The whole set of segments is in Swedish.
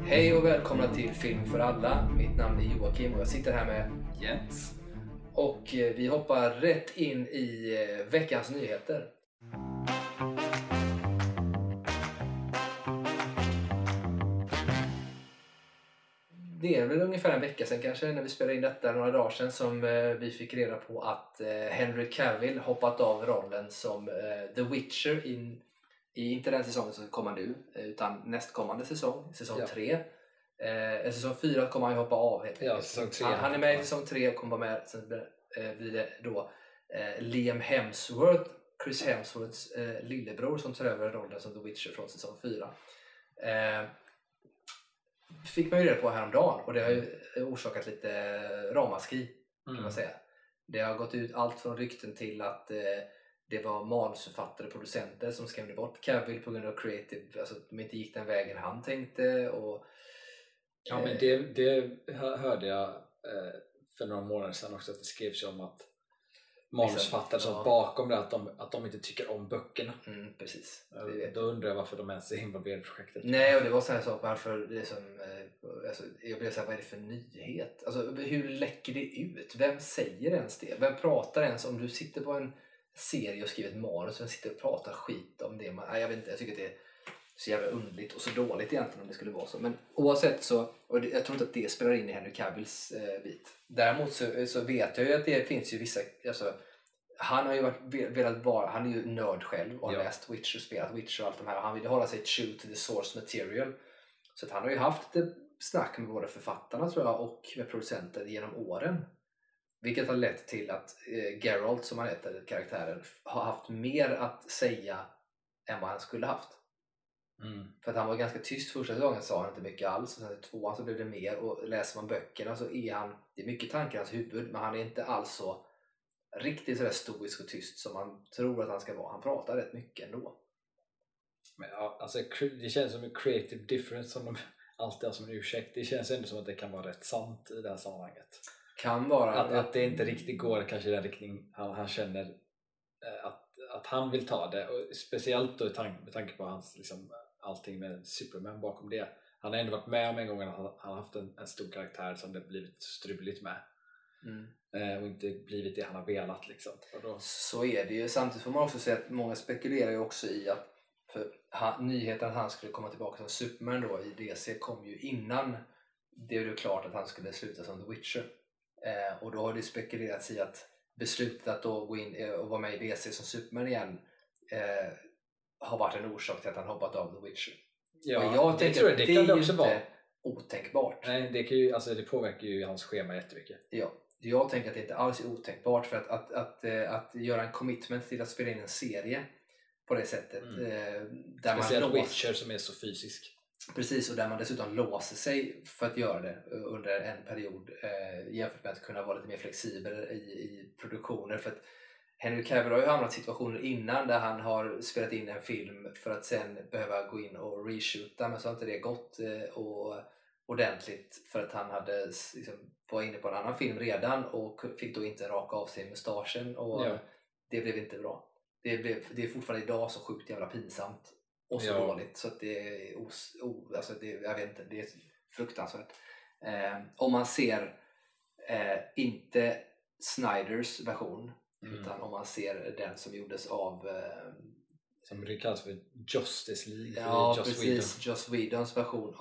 Hej och välkomna till Film för alla. Mitt namn är Joakim och jag sitter här med Jens. Och vi hoppar rätt in i veckans nyheter. Det är väl ungefär en vecka sedan kanske när vi spelade in detta, några dagar sedan, som vi fick reda på att Henry Cavill hoppat av rollen som The Witcher i inte den säsongen som kommer nu, utan nästkommande säsong 3. Säsong 4 kommer han ju hoppa av. Ja, säsong 3. Han är med i säsong 3 och kommer vara med. Sen blir det då Liam Hemsworth, Chris Hemsworths lillebror, som tar över rollen som The Witcher från säsong 4. Fick man ju reda på häromdagen, och det har ju orsakat lite ramaskri kan man säga. Det har gått ut allt från rykten till att det var manusförfattare och producenter som skrämde bort Cavill på grund av creative, alltså att de inte gick den vägen han tänkte. Och ja, men det hörde jag för några månader sedan också, att det skrevs om att manusförfattare som bakom det, att de inte tycker om böckerna. Precis. Då undrar jag varför de ens är involverade i projektet. Nej, och det var så här sak, varför det är som, alltså, jag blev så här, vad är det för nyhet? Alltså, hur läcker det ut? Vem säger ens det? Vem pratar ens? Om du sitter på en serie och skriver ett manus och sitter och pratar skit om det. Jag vet inte, jag tycker att det är så jävla underligt och så dåligt egentligen om det skulle vara så. Men oavsett så, och jag tror inte att det spelar in i Henry Cavills bit. Däremot så vet jag ju att det finns ju vissa, alltså, han har ju velat vara, han är ju nörd själv och har läst Witcher, spelat Witcher och allt de här. Han vill hålla sig true to the source material. Så att han har ju haft ett snack med både författarna, tror jag, och med producenter genom åren. Vilket har lett till att Geralt, som han heter, karaktären, har haft mer att säga än vad han skulle haft. För att han var ganska tyst första gången, sa han inte mycket alls. Och sen i 2:an så blev det mer, och läser man böckerna så är han, det är mycket tankar i hans huvud, men han är inte alls så riktigt sådär stoisk och tyst som man tror att han ska vara. Han pratar rätt mycket ändå. Men ja, alltså, det känns som en creative difference som de alltid har som en ursäkt. Det känns ändå som att det kan vara rätt sant i det här sammanhanget. Kan vara att det inte riktigt går kanske i den riktning han känner att han vill ta det, och speciellt då med tanke på hans liksom, allting med Superman bakom det. Han har ändå varit med om en gång att han har haft en stor karaktär som det blivit struligt med. Och inte blivit det han har velat liksom. Så är det ju. Samtidigt får man också säga att många spekulerar ju också i att nyheten att han skulle komma tillbaka som Superman då i DC kom ju innan det blev klart att han skulle sluta som The Witcher. Och då har det spekulerats i att beslutet att då gå in och vara med i DC som Superman igen har varit en orsak till att han hoppat av The Witcher. Ja, och jag tänker att det kan är ju inte otänkbart. Nej, det kan ju, alltså, det påverkar ju hans schema jättemycket. Ja, jag tänker att det inte alls är otänkbart, för att göra en commitment till att spela in en serie på det sättet. Där speciellt Witcher som är så fysisk. Precis, och där man dessutom låser sig för att göra det under en period jämfört med att kunna vara lite mer flexibel i produktioner. För att Henry Cavill har ju hamnat i situationer innan där han har spelat in en film för att sen behöva gå in och reshoota, men så har inte det gått ordentligt för att han hade liksom, var inne på en annan film redan och fick då inte raka av sig mustaschen, och det blev inte bra. Det är fortfarande idag så sjukt jävla pinsamt och så dåligt, så att det är alltså jag vet inte, det är fruktansvärt. Om man ser inte Snyders version, utan om man ser den som gjordes av som det kallas för Justice League. Ja, precis. Joss Whedons version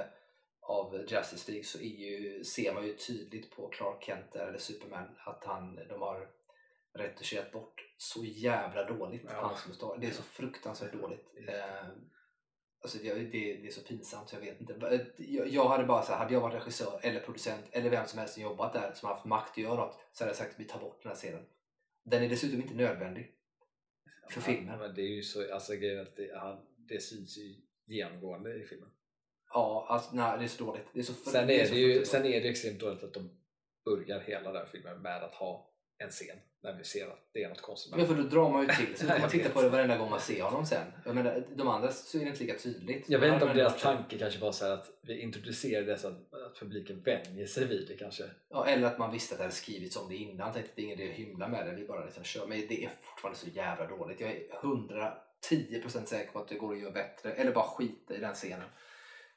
av Justice League, så ser man ju tydligt på Clark Kent eller Superman att de har retuscherat bort så jävla dåligt. Det är så fruktansvärt dåligt. Alltså det är så pinsamt så jag vet inte. Jag hade bara så här, hade jag varit regissör eller producent eller vem som helst som jobbat där som har haft makt att göra något, så hade jag sagt att vi tar bort den här scenen. Den är dessutom inte nödvändig för filmen. Men det är ju så, alltså grejen att det syns ju genomgående i filmen. Ja, alltså, nej, det är så dåligt. Det är så sen är det extremt dåligt att de börjar hela den filmen med att ha en scen när vi ser att det är något konstigt. Men för då drar man ju till, så kan man titta på det varenda gång man ser honom sen. Jag menar, de andra så är det inte lika tydligt. Jag vet inte om deras tanke kanske var så här att vi introducerar det så att publiken vänjer sig vid det kanske. Ja, eller att man visste att det hade skrivits om det innan. Tänkte att det är ingen idé att hymla med det, vi bara liksom kör. Men det är fortfarande så jävla dåligt. Jag är 110% säker på att det går att göra bättre. Eller bara skita i den scenen.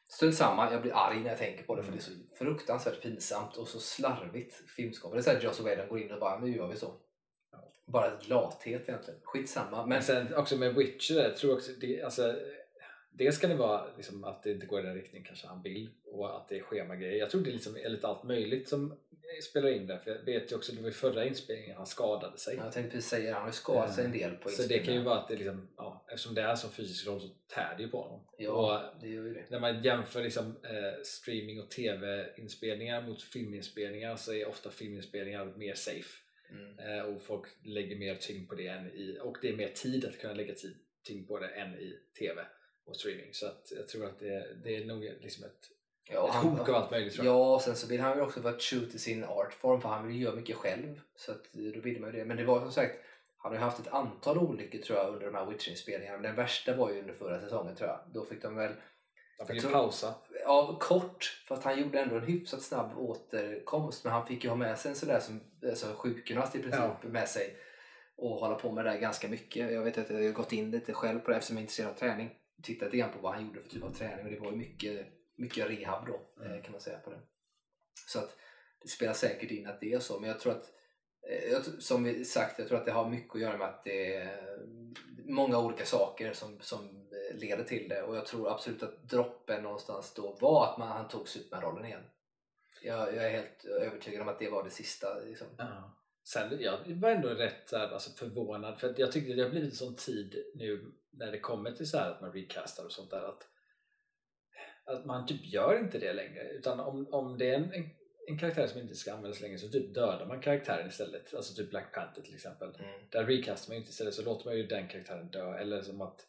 Strunt samma, jag blir arg när jag tänker på det för det är så fruktansvärt pinsamt och så slarvigt filmskapande. Det är så att Joss Whedon går in och bara, nu gör vi så. Bara lathet egentligen, skitsamma. Men sen också med Witcher, jag tror också det, alltså, det ska det vara liksom att det inte går i den riktning kanske han vill och att det är schemagrejer. Jag tror det liksom är lite allt möjligt som spelar in där, för jag vet ju också det var i förra inspelningen han skadade sig. Jag tänkte precis säga, han har ju skadat sig en del på så det kan ju vara att det liksom, eftersom det är som fysisk roll så tär det ju på honom. Ja, det gör ju det. När man jämför liksom, streaming och tv-inspelningar mot filminspelningar så är ofta filminspelningar mer safe. Och folk lägger mer tyngd på det och det är mer tid att kunna lägga tyngd på det än i tv och streaming, så att jag tror att det är nog liksom ett hok av allt möjligt, tror jag. Ja, och sen så vill han ju också vara true till sin artform, för han vill göra mycket själv, så att då vill man ju det. Men det var som sagt, han har ju haft ett antal olyckor tror jag under de här Witcher-inspelningarna, men den värsta var ju under förra säsongen tror jag. Då fick de väl pausa. Ja, kort, för att han gjorde ändå en hyfsat snabb återkomst, men han fick ju ha med sig en sådär som alltså sjukgymnast i princip med sig och hålla på med det där ganska mycket. Jag vet att jag har gått in lite själv på det eftersom jag är intresserad av träning. Tittat igen på vad han gjorde för typ av träning, och det var ju mycket rehab då kan man säga på det. Så att det spelar säkert in att det är så, men jag tror att som vi sagt, jag tror att det har mycket att göra med att det är många olika saker som leder till det, och jag tror absolut att droppen någonstans då var att han tog Superman-rollen igen. Jag är helt övertygad om att det var det sista liksom. Sen jag var ändå rätt alltså, förvånad, för att jag tyckte det har blivit en sån tid nu när det kommer till så här att man recastar och sånt där, att man typ gör inte det längre, utan om det är en karaktär som inte ska användas längre så typ dödar man karaktären istället, alltså typ Black Panther till exempel. Där recastar man inte istället, så låter man ju den karaktären dö, eller som att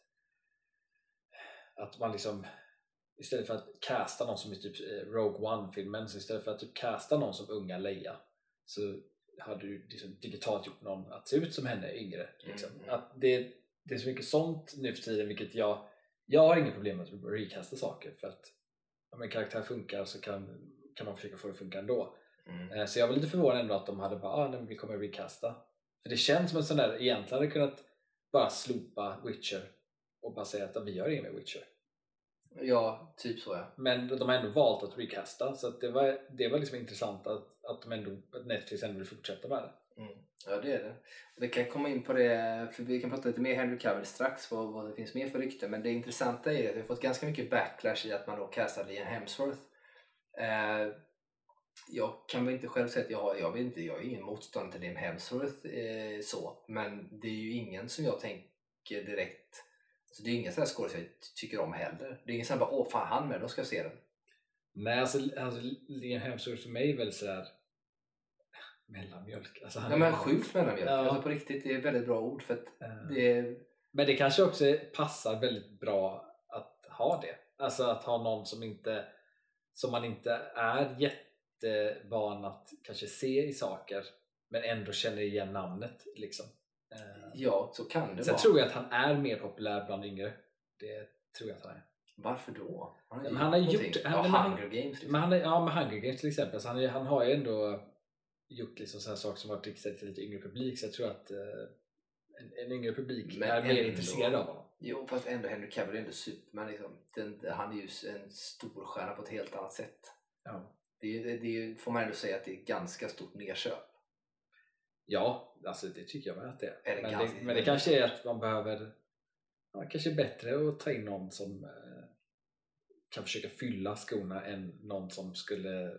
man liksom istället för att casta någon som är typ Rogue One-filmen, så istället för att typ casta någon som unga Leia, så hade du liksom digitalt gjort någon att se ut som henne yngre liksom. Att det är så mycket sånt nu för tiden, vilket jag har inget problem med att recasta saker, för att om en karaktär funkar så kan man försöka få det att funka ändå. Så jag var lite förvånad ändå att de hade bara, nej, vi kommer recasta, för det känns som en sån där, egentligen hade kunnat bara slopa Witcher och bara säga att vi gör inget med Witcher. Ja, typ så ja. Men de har ändå valt att recasta, så att det var liksom intressant att Netflix ändå vill fortsätta med det. Ja, det är det. Vi kan komma in på det, för vi kan prata lite mer Henry Cavill strax, vad det finns mer för rykten, men det intressanta är att vi har fått ganska mycket backlash i att man då castade Liam Hemsworth. Jag kan väl inte själv säga att jag är ingen motståndare till Liam Hemsworth så, men det är ju ingen som jag tänker direkt, så det är ingen sån här skådespelare jag tycker om heller. Det är ingen sån här bara, åh fan han med, då ska jag se den. Nej, alltså Liam Hemsworth för mig är väl sådär mellanmjölk. Alltså, ja, men sjukt mellanmjölk. Ja. Alltså på riktigt, det är ett väldigt bra ord för att men det kanske också passar väldigt bra att ha det. Alltså att ha någon som man inte är jättevan att kanske se i saker, men ändå känner igen namnet liksom. Ja, så kan det vara. Sen tror jag att han är mer populär bland yngre. Det tror jag att han är. Varför då? Han har gjort Hunger Games liksom. med Hunger Games till exempel, så han har ju ändå gjort liksom så här saker som varit riktade till lite yngre publik, så jag tror att en yngre publik är mer intresserad av honom. Jo, fast ändå Henry Cavill är ändå Superman liksom. Han är ju en stor stjärna på ett helt annat sätt. Ja. Det får man ändå säga att det är ganska stort nedköp. Ja, alltså det tycker jag med att det är. Men det kanske är att man behöver kanske bättre att ta in någon som kan försöka fylla skorna än någon som skulle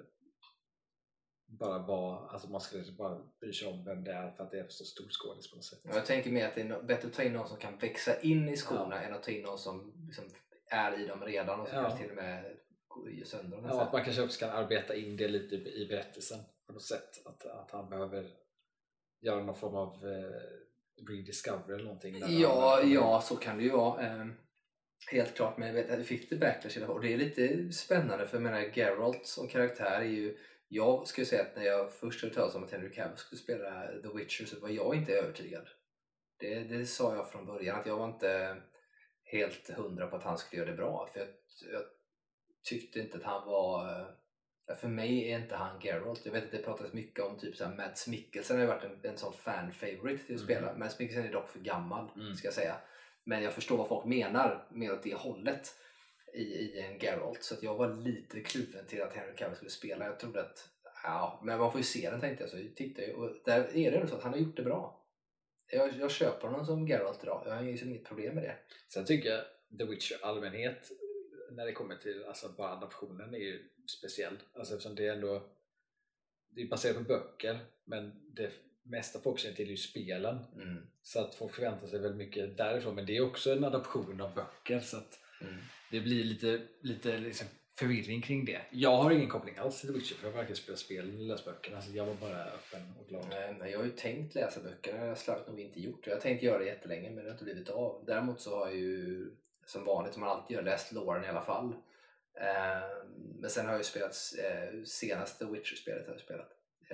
bara vara, alltså man skulle bara bry sig om vem det är för att det är så stor skådis på något sätt. Jag tänker mer att det är bättre att ta in någon som kan växa in i skorna än att ta in någon som liksom är i dem redan och som kanske till och med går sönder dem. Ja, att man kanske också kan arbeta in det lite i berättelsen på något sätt, att han behöver göra någon form av rediscovery eller någonting. Ja, så kan det ju vara. Helt klart, men jag vet att vi fick det backlash och det är lite spännande, för jag menar Geralt som karaktär är ju, jag skulle säga att när jag först hörde talas om att Henry Cavill skulle spela The Witcher så var jag inte övertygad. Det sa jag från början, att jag var inte helt hundra på att han skulle göra det bra, för jag tyckte inte att han var, för mig är inte han Geralt. Jag vet att det pratas mycket om typ såhär, Mads Mikkelsen har ju varit en sån fan-favorite till att spela. Mads Mikkelsen är dock för gammal ska jag säga. Men jag förstår vad folk menar med åt det hållet. i en Geralt. Så att jag var lite kluven till att Henry Cavill skulle spela. Jag trodde att, ja, men man får ju se den tänkte jag. Så jag tittade ju, och där är det så att han har gjort det bra. Jag köper honom som Geralt idag. Jag har ju inget problem med det. Sen tycker jag The Witcher allmänhet när det kommer till alltså bara adaptionen är ju speciell. Alltså eftersom det är ändå det är baserat på böcker, men det mesta folk känner till är ju spelen. Så att folk förväntar sig väldigt mycket därifrån, men det är också en adaption av böcker, så att det blir lite liksom förvirring kring det. Jag har ingen koppling alls till The Witcher, för jag har varken spelat spel eller läst böckerna, så jag var bara öppen och glad. Nej, jag har ju tänkt läsa böckerna, jag har slarvat nog inte gjort det. Jag har tänkt göra det jättelänge, men det har inte blivit av. Däremot så har jag ju, som vanligt som man alltid gör, läst loren i alla fall. Men sen har jag ju spelat senaste Witcher-spelet har jag spelat.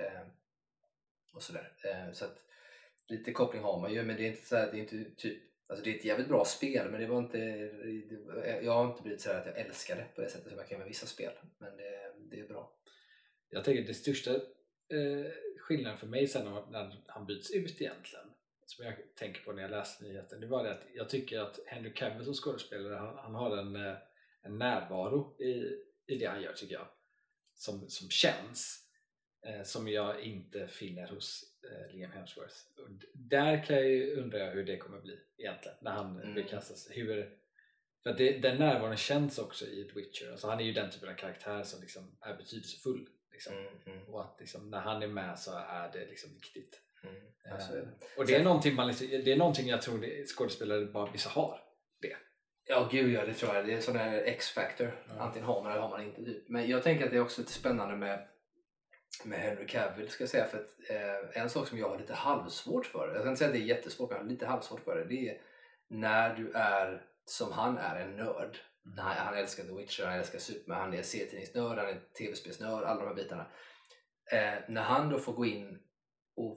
Och sådär. Så att lite koppling har man ju, men det är inte så här, det är inte typ, alltså det är ett jävligt bra spel, men det var inte, jag har inte blivit så här att jag älskar det på det sättet som jag kan med vissa spel, men det är bra. Jag tänker att det största skillnaden för mig sen när han byts ut egentligen, som jag tänker på när jag läste nyheten, det var det att jag tycker att Henry Cavill som skådespelare, han har en närvaro i det han gör, tycker jag, som känns, som jag inte finner hos Liam Hemsworth. Och där kan jag ju undra hur det kommer bli egentligen när han bekastas. För att den närvaron känns också i The Witcher. Alltså han är ju den typen av karaktär som liksom är betydelsefull liksom. Och att liksom, när han är med så är det liksom viktigt. Och det är någonting det är någonting jag tror skådespelare bara vissa har det. Ja gud ja, det tror jag. Det är en sån där X-factor. Antingen har man eller har man inte typ. Men jag tänker att det är också lite spännande med Henry Cavill, ska jag säga, för att en sak som jag har lite halvsvårt för, jag kan inte säga att det är jättesvårt, men jag har lite halvsvårt för det är när du är, som han är, en nörd. Han älskar The Witcher, han älskar Superman, han är serietidningsnörd, han är tv-spelsnörd, alla de här bitarna. När han då får gå in och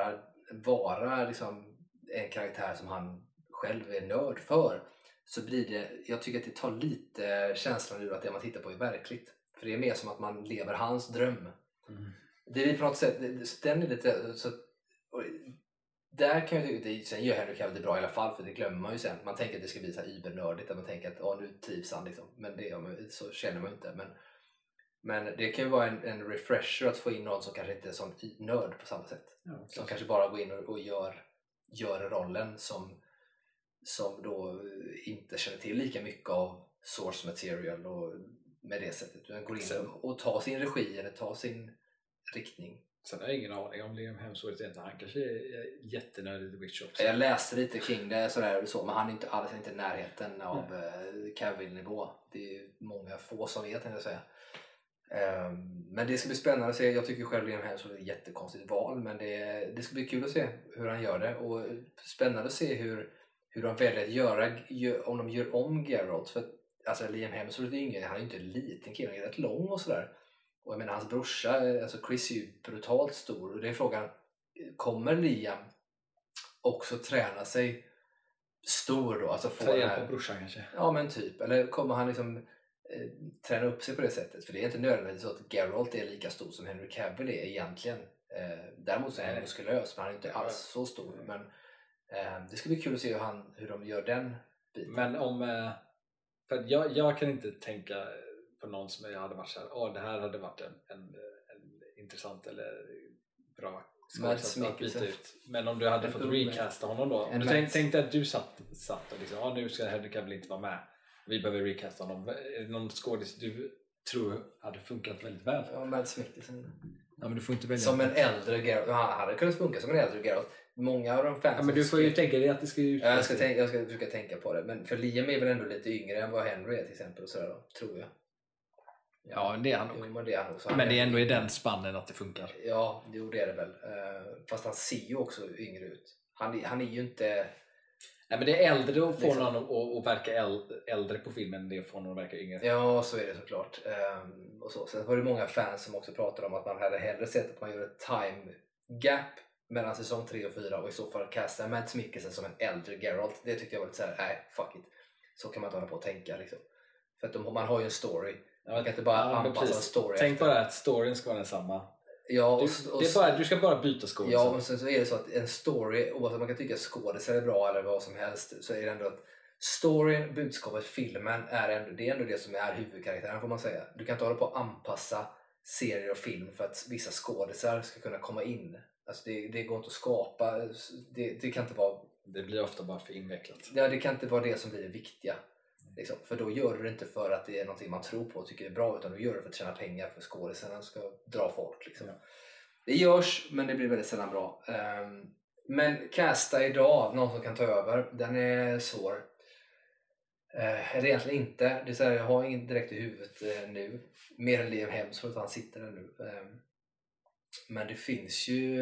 vara liksom en karaktär som han själv är nörd för, så blir det, jag tycker att det tar lite känslan ur att det man tittar på är verkligt. För det är mer som att man lever hans dröm. Det är på något sätt, den är lite så, där kan jag tycka, sen gör Henry Cavill det bra i alla fall, för det glömmer man ju sen. Man tänker att det ska bli så här übernördigt, att man tänker att nu trivs han liksom. Men så känner man ju inte. Men det kan ju vara en refresher att få in någon som kanske inte är sån nörd på samma sätt. Ja, som kanske bara går in och gör rollen som då inte känner till lika mycket av source material och med det sättet. Den går in och tar sin regi eller tar sin riktning. Sen har jag ingen aning om Liam Hemsworth inte. Han kanske är jättenördig i The Witcher också. Jag läste lite kring det sådär, så, men han är inte alls inte i närheten av Cavill-nivå. Det är många få som vet, jag säga. Men det ska bli spännande att se. Jag tycker själv Liam Hemsworth är ett jättekonstigt val, men det ska bli kul att se hur han gör det, och spännande att se hur de väljer att göra, om de gör om Geralt. För alltså Liam Hemsworth är ingen, han är inte en liten kille, han är rätt lång och sådär. Och jag menar, hans brorsa, alltså Chris, är ju brutalt stor. Och det är frågan, kommer Liam också träna sig stor då? Alltså få ta hjälp av brorsan kanske? Ja men typ. Eller kommer han liksom träna upp sig på det sättet? För det är inte nödvändigt så att Geralt är lika stor som Henry Cavill är egentligen. Däremot så är han muskulös, men han är inte alls så stor. Men det ska bli kul att se hur de gör den biten. Men för jag kan inte tänka på någon som jag hade varit såhär, det här hade varit en intressant eller bra skådespelare att byta ut. Men om du hade fått recasta honom då, om du tänkte att du satt och liksom, nu ska Henry Cavill inte vara med, vi behöver recasta honom. Är det någon skådis du tror hade funkat väldigt väl? Ja, Mads Mikkelsen. Ja, men du får inte välja. Som en äldre Geralt. Han hade kunnat funka som en äldre Geralt. Många av de fans. Ja, men du får ju tänka dig att det ska ut. Jag ska försöka tänka på det. Men för Liam är väl ändå lite yngre än vad Henry är till exempel. Och sådär då, tror jag. Ja, det är han nog. Men det är han också. Men det är ändå i den spannen att det funkar. Ja, det är det väl. Fast han ser ju också yngre ut. Han är ju inte... Nej, men det är äldre att få någon att verka äldre på filmen än det att få någon att verka yngre. Ja, så är det såklart. Och så. Sen var det många fans som också pratade om att man hade hellre sett att man gjorde ett time gap mellan säsong 3 och 4 och i så fall casta Mads Mikkelsen som en äldre Geralt. Det tyckte jag var lite såhär, nej fuck it. Så kan man inte hålla på och tänka liksom. För att man har ju en story. Man kan inte bara anpassa en story. Tänk bara att storyn ska vara densamma. Ja, du ska bara byta skådespelare. Ja, och sen så är det så att en story, oavsett om man kan tycka skådespelare är bra eller vad som helst, så är det ändå att storyn, budskapet, filmen det är ändå det som är huvudkaraktären, får man säga. Du kan inte hålla på att anpassa serier och film för att vissa skådisar ska kunna komma in. Alltså det går inte att skapa, det kan inte vara... Det blir ofta bara för invecklat. Ja, det kan inte vara det som blir det viktiga. Liksom. För då gör du det inte för att det är någonting man tror på och tycker är bra, utan du gör det för att tjäna pengar, för skådisarna ska dra folk. Liksom. Ja. Det görs, men det blir väldigt sällan bra. Men casta idag, någon som kan ta över, den är svår. Eller egentligen inte. Det är så här, jag har inget direkt i huvudet nu. Mer än Liam Hemsworth för att han sitter där nu. Men det finns ju...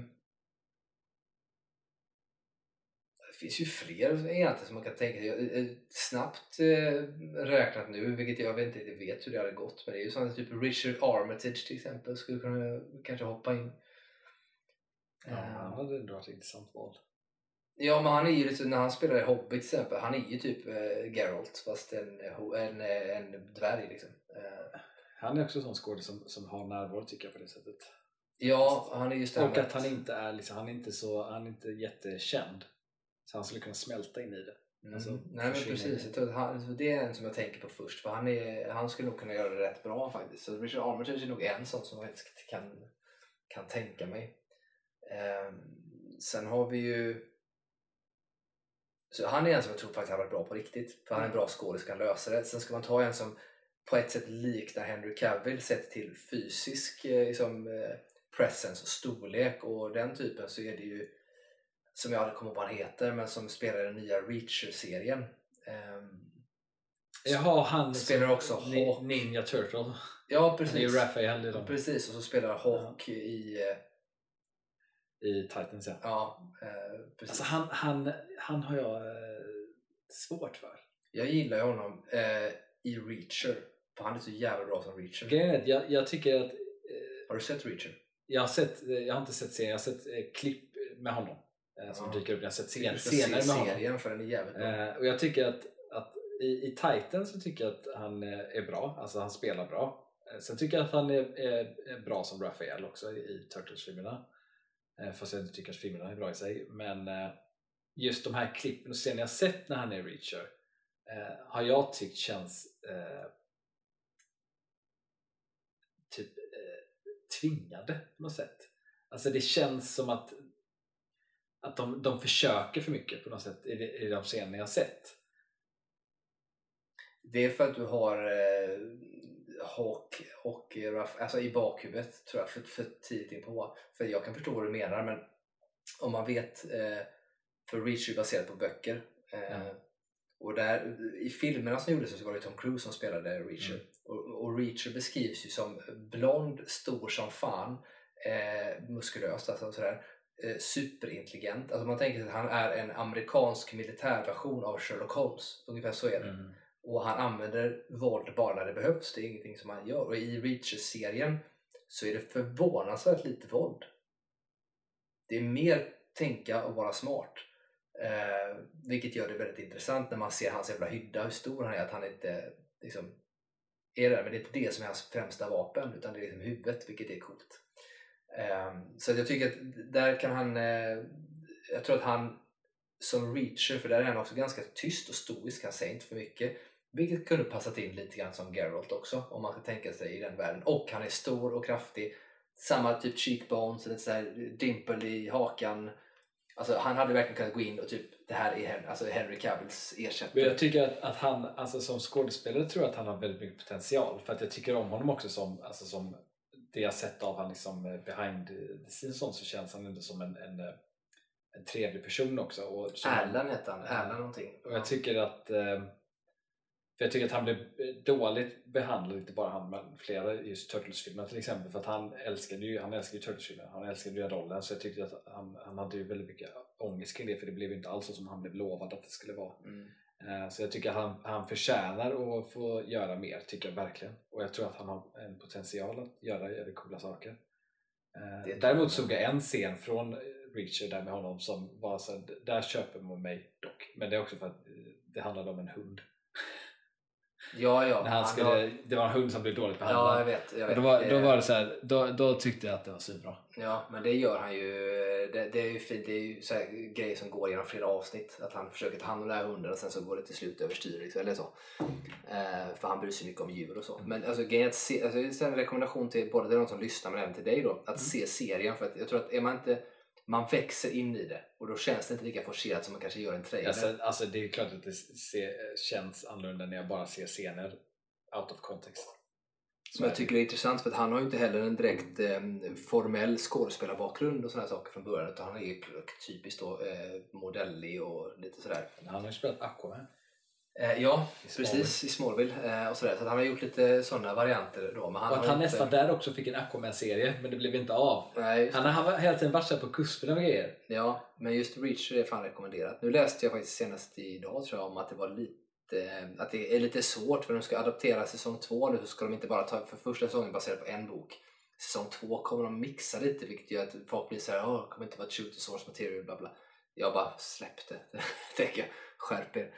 Det finns ju fler egentligen som man kan tänka sig. Snabbt räknat nu, vilket jag inte vet hur det hade gått. Men det är ju sådana typ Richard Armitage till exempel skulle kunna kanske hoppa in. Ja, han hade ändå varit ett intressant val. Ja, men han är ju lite, när han spelar i Hobbit till exempel, han är ju typ Geralt fast en dvärg liksom. Han är också en sån skådis som har närvaro, tycker jag, på det sättet. Ja, han är just det. Och att han inte är liksom, han är inte jättekänd. Så han skulle kunna smälta in i det. Alltså, nej men precis, jag tror det är en som jag tänker på först. För han skulle nog kunna göra det rätt bra faktiskt. Så Richard Armitage är nog en sån som jag faktiskt kan tänka mig. Sen har vi ju... Så han är en som jag tror faktiskt har varit bra på riktigt. För han är en bra skådis, kan lösa det. Sen ska man ta en som på ett sätt liknar Henry Cavill sett till fysisk liksom, presence och storlek och den typen, så är det ju, som jag aldrig kommer på vad han heter, men som spelar den nya Reacher-serien. Jaha, han spelar också Hawk. Ninja Turtle. Ja, precis. Det är ju Raphael i dem. Precis, och så spelar Hawk i Titans, ja. Ja, precis. Alltså han har jag svårt för. Jag gillar ju honom i Reacher, för han är så jävla bra som Reacher. Jag tycker att... har du sett Reacher? Jag har inte sett serien, jag har sett klipp med honom som dyker upp. Jag har sett scener med honom. Serien, för den är jävligt bra. Och jag tycker att i Titans så tycker jag att han är bra, alltså han spelar bra. Sen tycker jag att han är bra som Raphael också i Turtles-filmerna. Fast jag inte tycker att filmerna är bra i sig. Men just de här klippen och scener jag sett när han är Reacher har jag tyckt känns typ tvingade på något sätt. Alltså det känns som att de försöker för mycket på något sätt i de scener jag sett. Det är för att du har Hawk och Ruff, alltså i bakhuvudet tror jag, för tidigt in på. För jag kan förstå vad du menar, men om man vet, för Reacher är baserat på böcker. Och där, i filmerna som gjordes så var det Tom Cruise som spelade Reacher. Och Reacher beskrivs ju som blond, stor som fan, muskulös, alltså sådär, superintelligent. Alltså man tänker sig att han är en amerikansk militärversion av Sherlock Holmes, ungefär så är det. Och han använder våld bara när det behövs, det är ingenting som han gör. Och i Reacher-serien så är det förvånansvärt lite våld. Det är mer tänka och vara smart. Vilket gör det väldigt intressant när man ser hans jävla hydda, hur stor han är, att han inte liksom är där. Men det är inte det som är hans främsta vapen, utan det är liksom huvudet, vilket är coolt. Så jag tycker att där kan han, jag tror att han som Reacher, för där är han också ganska tyst och stoisk, han säger inte för mycket, vilket kunde passat in lite grann som Geralt också, om man ska tänka sig i den världen. Och han är stor och kraftig, samma typ cheekbones, lite så här dimple i hakan. Alltså han hade verkligen kunnat gå in och typ, det här är alltså Henry Cavills ersättare. Men jag tycker att han, alltså som skådespelare, tror jag att han har väldigt mycket potential, för att jag tycker om honom också som det jag sett av han liksom behind the scenes, så känns han ändå som en trevlig person också. Och Erland heter han, Erland någonting. Och jag tycker att han blev dåligt behandlad, inte bara han men flera just Turtles-filmerna till exempel, för att han älskade ju Turtles-filmerna, han älskade ju rollen, så jag tyckte att han hade ju väldigt mycket ångest kring det, för det blev ju inte alls så som han blev lovad att det skulle vara. Så jag tycker att han förtjänar att få göra mer, tycker jag verkligen, och jag tror att han har en potential att göra coola saker. Däremot såg jag en scen från Reacher där med honom som var så, där köper man mig dock, men det är också för att det handlade om en hund. Ja. När han skulle, det var en hund som blev dåligt behandlad. Ja, jag vet. Och då var det så här, då tyckte jag att det var superbra. Ja, men det gör han ju. Det är ju fint. Det är ju så här grejer som går genom flera avsnitt. Att han försöker ta hand om den här hunden och sen så går det till slut överstyr. Liksom, eller så. För han bryr sig mycket om djur och så. Men alltså, grejen att det är en rekommendation till både de som lyssnar men även till dig då. Att se serien. För att jag tror att är man inte... Man växer in i det och då känns det inte lika forcerat som man kanske gör en trailer. Alltså det är klart att det känns annorlunda när jag bara ser scener out of context. Men jag tycker det är intressant för att han har ju inte heller en direkt formell skådespelarbakgrund och sådana saker från början, utan han är ju typiskt då modellig och lite sådär. Han har ju spelat Aquaman. Ja, precis, i Smallville och sådär. Så att han har gjort lite sådana varianter då. Men och att han nästan där också fick en Aquaman-serie, men det blev inte av. Nej, han har hela tiden varit på kusten och grejer. Ja, men just Reacher är fan rekommenderat. Nu läste jag faktiskt senast idag tror jag om att det var att det är lite svårt för de ska adaptera säsong 2 nu, så ska de inte bara ta för första säsongen baserat på en bok. Säsong 2 kommer de mixa lite, vilket gör att folk blir såhär, det kommer inte vara true to source material, bla bla. Jag bara släppte det. Tänker jag, skärp er.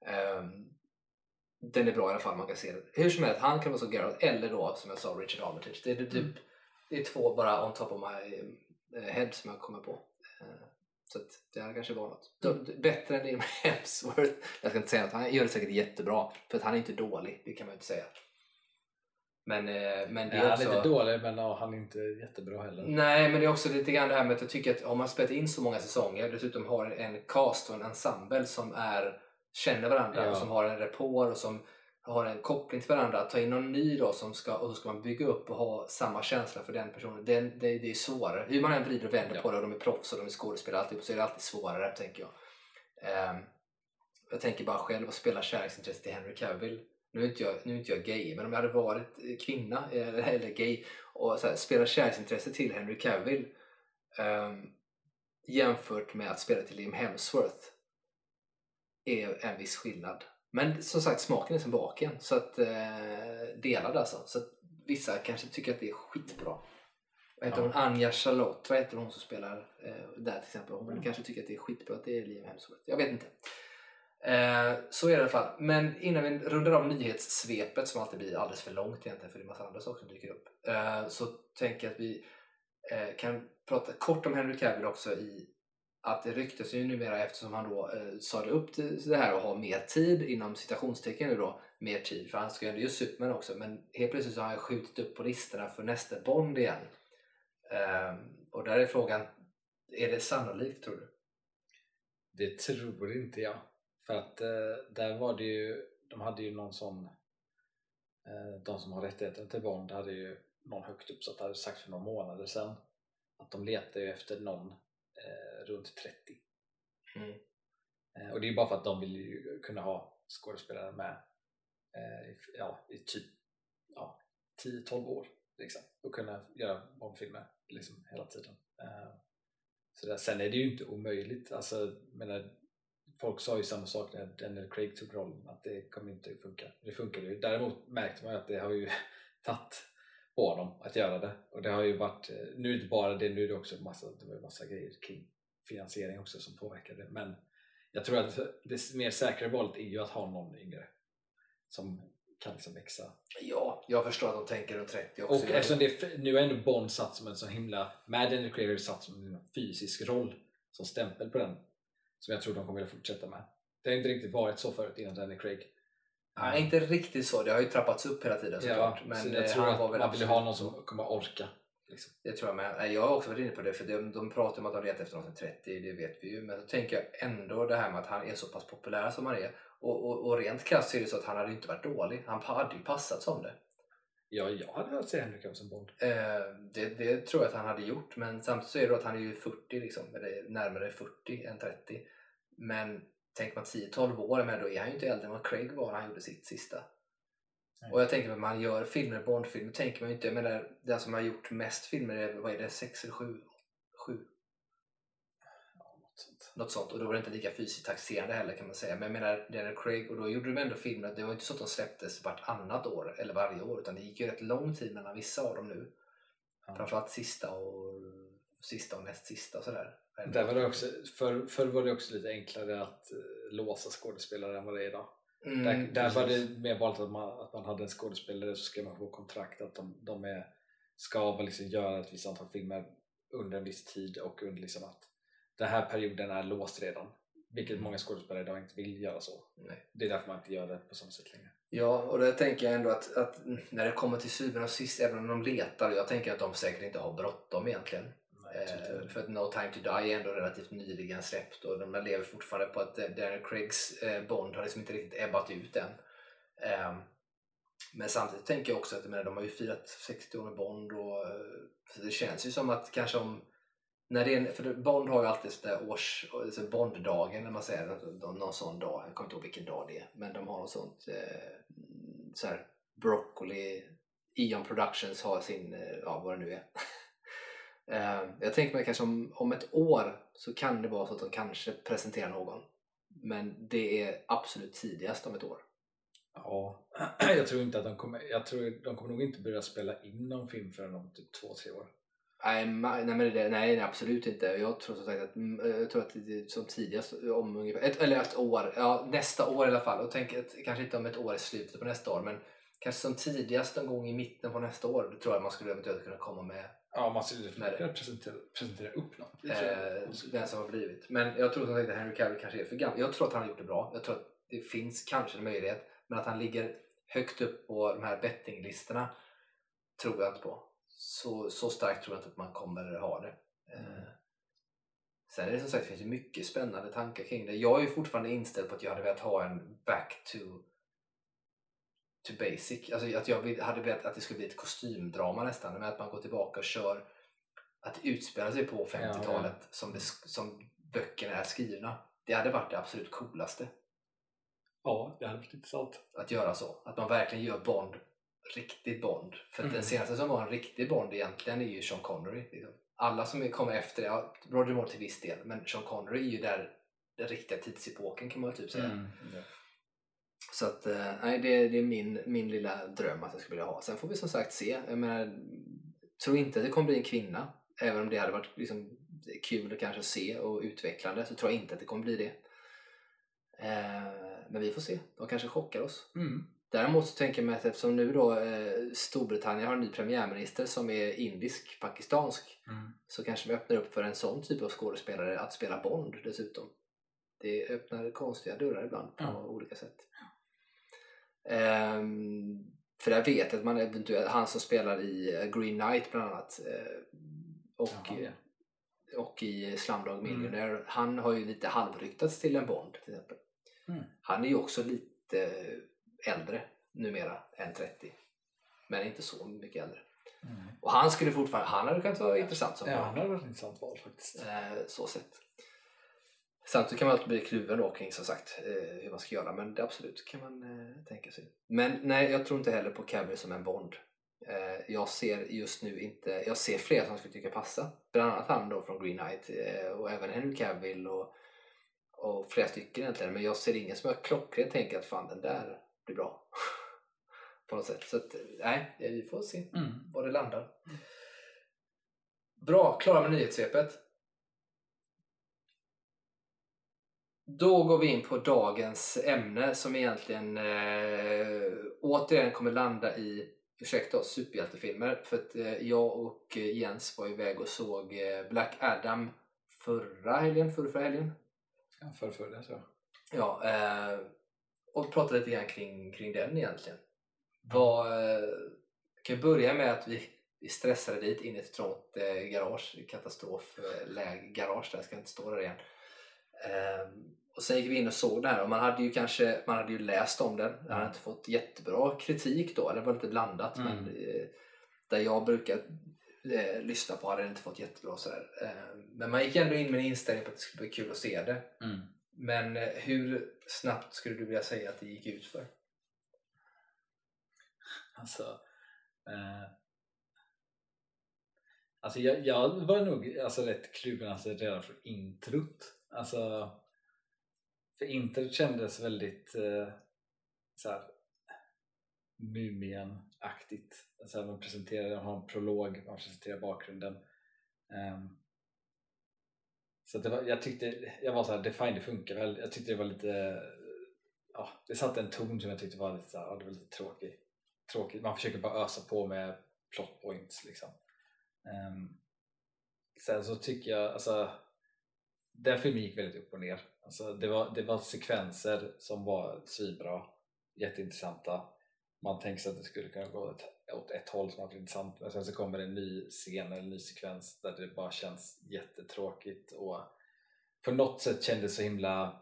Den är bra i alla fall, man kan se det. Hur som helst, han kan vara så Geralt, eller då som jag sa Richard Armitage. Det är typ det är två bara on top of my head som jag kommer på. Så att det här kanske var något. Bättre än Liam Hemsworth. Jag ska inte säga att han gör det säkert jättebra. För att han är inte dålig, det kan man inte säga. Men det är också... Han är inte dålig, men han är inte jättebra heller. Nej, men det är också lite grann det här med att jag tycker att om man spelat in så många säsonger, dessutom har en cast och en ensemble som känner varandra och som har en rapport och som har en koppling till varandra, att ta in någon ny då och så ska man bygga upp och ha samma känsla för den personen, det är svårare. Hur man än vrider och vänder på det, och de är proffs och de är skådespelare alltid, så är det alltid svårare, tänker jag. Jag tänker bara själv att spela kärleksintresse till Henry Cavill. Nu är inte jag gay, men om jag hade varit kvinna eller gay och så här, spela kärleksintresse till Henry Cavill jämfört med att spela till Liam Hemsworth är en viss skillnad. Men som sagt, smaken är som baken, så att delad alltså. Så att vissa kanske tycker att det är skitbra. Vad heter hon? Anja Charlotte, vad heter hon som spelar där till exempel? Hon kanske tycker att det är skitbra att det är Liam Hemsworth. Jag vet inte. Så är det i alla fall. Men innan vi rundar av nyhetssvepet, som alltid blir alldeles för långt egentligen för det är en massa andra saker som dyker upp, så tänker jag att vi kan prata kort om Henry Cavill också, i att det ryktas ju numera, eftersom han då sade upp det här och har mer tid inom citationstecken nu då, mer tid, för han ska ju ändå göra Superman också, men helt plötsligt så har han skjutit upp på listorna för nästa Bond igen. Och där är frågan, är det sannolikt, tror du? Det tror inte jag. För att där var det ju, de hade ju någon sån, de som har rättigheten till Bond hade ju någon högt upp, så att det hade sagt för några månader sedan att de letar ju efter någon runt 30. Och det är ju bara för att de vill ju kunna ha skådespelare med i typ 10-12 år liksom, och kunna göra Bondfilmer liksom hela tiden. Så där. Sen är det ju inte omöjligt, alltså, folk sa ju samma sak när Daniel Craig tog rollen, att det kommer inte att funka. Det funkar ju. Däremot märkte man ju att det har ju tagit på honom att göra det. Och det har ju varit, nu är det inte bara det, nu är det också massa grejer kring finansiering också som påverkar det. Men jag tror att det mer säkra valet är ju att ha någon yngre som kan liksom växa. Ja, jag förstår att de tänker runt 30 också. Och eftersom nu är ändå Bond satt som en sån himla, med Daniel Craig är satt som en fysisk roll, som stämpel på den, som jag tror de kommer att fortsätta med. Det har inte riktigt varit så förut innan Daniel Craig. Nej, inte riktigt så. Det har ju trappats upp hela tiden såklart. Ja, men så jag tror att man vill ha någon som kommer orka. Liksom. Det tror jag med. Jag har också varit inne på det, för de pratar om att de letar efter någon som 30, det vet vi ju. Men så tänker jag ändå det här med att han är så pass populär som han är. Och rent krasst är det så att han hade inte varit dålig. Han hade ju passat som det. Ja, jag hade velat se Henry Cavill som Bond. Det tror jag att han hade gjort. Men samtidigt så är det att han är ju 40 liksom. Eller närmare 40 än 30. Men tänker man 10-12 år, men då är han ju inte äldre än vad Craig var när han gjorde sitt sista. Och jag tänker att man gör filmer, Bond-filmer, tänker man ju inte, men den som har gjort mest filmer är, vad är det, 6 eller 7? 7? Ja, något sånt. Och då var det inte lika fysiskt taxerande heller, kan man säga. Men jag menar, Daniel Craig, och då gjorde de ändå filmer, det var inte så att de släpptes vartannat år eller varje år, utan det gick ju rätt lång tid mellan vissa av dem nu. Framförallt sista och näst sista och sådär. Där var det också, förr var det också lite enklare att låsa skådespelare än vad det är idag. Där var det mer vanligt att man hade en skådespelare, så skrev man på kontrakt att de ska liksom göra ett visst antal filmer under en viss tid, och under liksom att den här perioden är låst redan, vilket många skådespelare idag inte vill göra så. Nej. Det är därför man inte gör det på samma sätt längre. Ja, och det tänker jag ändå att när det kommer till syvende och sist, även om de letar, jag tänker att de säkert inte har bråttom egentligen. För att No Time to Die är ändå relativt nyligen släppt, och de lever fortfarande på att Daniel Craigs Bond har liksom inte riktigt ebbat ut än. Men samtidigt tänker jag också att de har ju firat 60 år med Bond, och så det känns ju som att kanske för Bond har ju alltid sådär Bonddagen, när man säger någon sån dag, jag kommer inte ihåg vilken dag det är, men de har något sånt så här, Broccoli, Eon Productions har sin, vad det nu är. Jag tänker mig kanske om ett år så kan det vara så att de kanske presenterar någon, men det är absolut tidigast om ett år. Ja, jag tror inte att de kommer nog inte börja spela in någon film förrän om typ 2-3 år. Nej, absolut inte. Jag tror som sagt att det är som tidigast om ungefär ett år, nästa år i alla fall. Och tänk att kanske inte om ett år i slutet på nästa år, men kanske som tidigast en gång i mitten på nästa år. Då tror jag att man skulle eventuellt kunna komma med. Ja, man skulle kunna presentera upp något. Den som har blivit. Men jag tror som sagt att Henry Cavill kanske är för gammal. Jag tror att han har gjort det bra. Jag tror att det finns kanske en möjlighet, men att han ligger högt upp på de här bettinglistorna tror jag inte på. Så starkt tror jag inte att man kommer ha det. Sen är det som sagt, det finns ju mycket spännande tankar kring det. Jag är ju fortfarande inställd på att jag hade velat ha en back to basic. Alltså att jag hade velat att det skulle bli ett kostymdrama nästan, med att man går tillbaka och kör att utspela sig på 50-talet som böckerna är skrivna. Det hade varit det absolut coolaste. Ja, det hade varit intressant. Att göra så. Att man verkligen gör Bond riktigt Bond. För den senaste som var en riktig Bond egentligen är ju Sean Connery. Liksom. Alla som kommer efter det, Roger Moore till viss del, men Sean Connery är ju där den riktiga tidsepoken, kan man typ säga. Så att det är min lilla dröm att jag skulle vilja ha. Sen får vi som sagt se. Jag menar, tror inte att det kommer bli en kvinna, även om det hade varit liksom kul att kanske se och utvecklande, så tror jag inte att det kommer bli det. Men vi får se. De kanske chockar oss. Däremot så tänker jag mig att eftersom nu då Storbritannien har en ny premiärminister som är indisk-pakistansk, så kanske vi öppnar upp för en sån typ av skådespelare att spela Bond dessutom. Det öppnar konstiga dörrar ibland på olika sätt. För jag vet att man eventuellt, han som spelar i Green Knight bland annat och i Slumdog Millionaire, han har ju lite halvryktats till en Bond till exempel. Han är ju också lite äldre numera än 30, men inte så mycket äldre. Och han skulle fortfarande, han hade kunnat vara intressant som han hade varit ett intressant val faktiskt. Så sett. Samtidigt kan man alltid bli kluven då kring som sagt hur man ska göra, men det absolut kan man tänka sig. Men nej, jag tror inte heller på Cavill som en Bond. Jag ser just nu inte, jag ser flera som skulle tycka passa, bland annat han då från Green Knight och även Henry Cavill och flera stycken egentligen, men jag ser ingen som jag klockrent tänker att fan, den där blir bra på något sätt. Så att, nej, vi får se var det landar. Bra, klara med nyhetssvepet. Då går vi in på dagens ämne som egentligen återigen kommer landa i, ursäkta oss, superhjältefilmer. För att jag och Jens var iväg och såg Black Adam förra helgen. Ja, förra så. Ja, och pratade lite grann kring den egentligen. Kan börja med att vi stressade dit in i ett trångt garage, katastrofläge garage där, jag ska inte stå där igen. Och sen gick vi in och såg det här, och man hade ju läst om den. Jag hade inte fått jättebra kritik då, eller det var lite blandat, men där jag brukar lyssna på hade det inte fått jättebra sådär. Men man gick ändå in med en inställning på att det skulle bli kul att se det. Men hur snabbt skulle du vilja säga att det gick ut för? Alltså jag var nog rätt kluven redan från introt. För introt kändes väldigt såhär Mumien-aktigt. Man har en prolog, man presenterar bakgrunden. Så jag tyckte, jag var såhär, det funkar väl. Jag tyckte det var lite det satte en ton som jag tyckte var lite, det var lite tråkigt. Man försöker bara ösa på med plot points liksom. Sen så tycker jag alltså, den filmen gick väldigt upp och ner. Alltså, det var sekvenser som var svinbra, jätteintressanta. Man tänker sig att det skulle kunna gå åt ett håll som var intressant, men sen så kommer det en ny scen eller en ny sekvens där det bara känns jättetråkigt och på något sätt kändes så himla...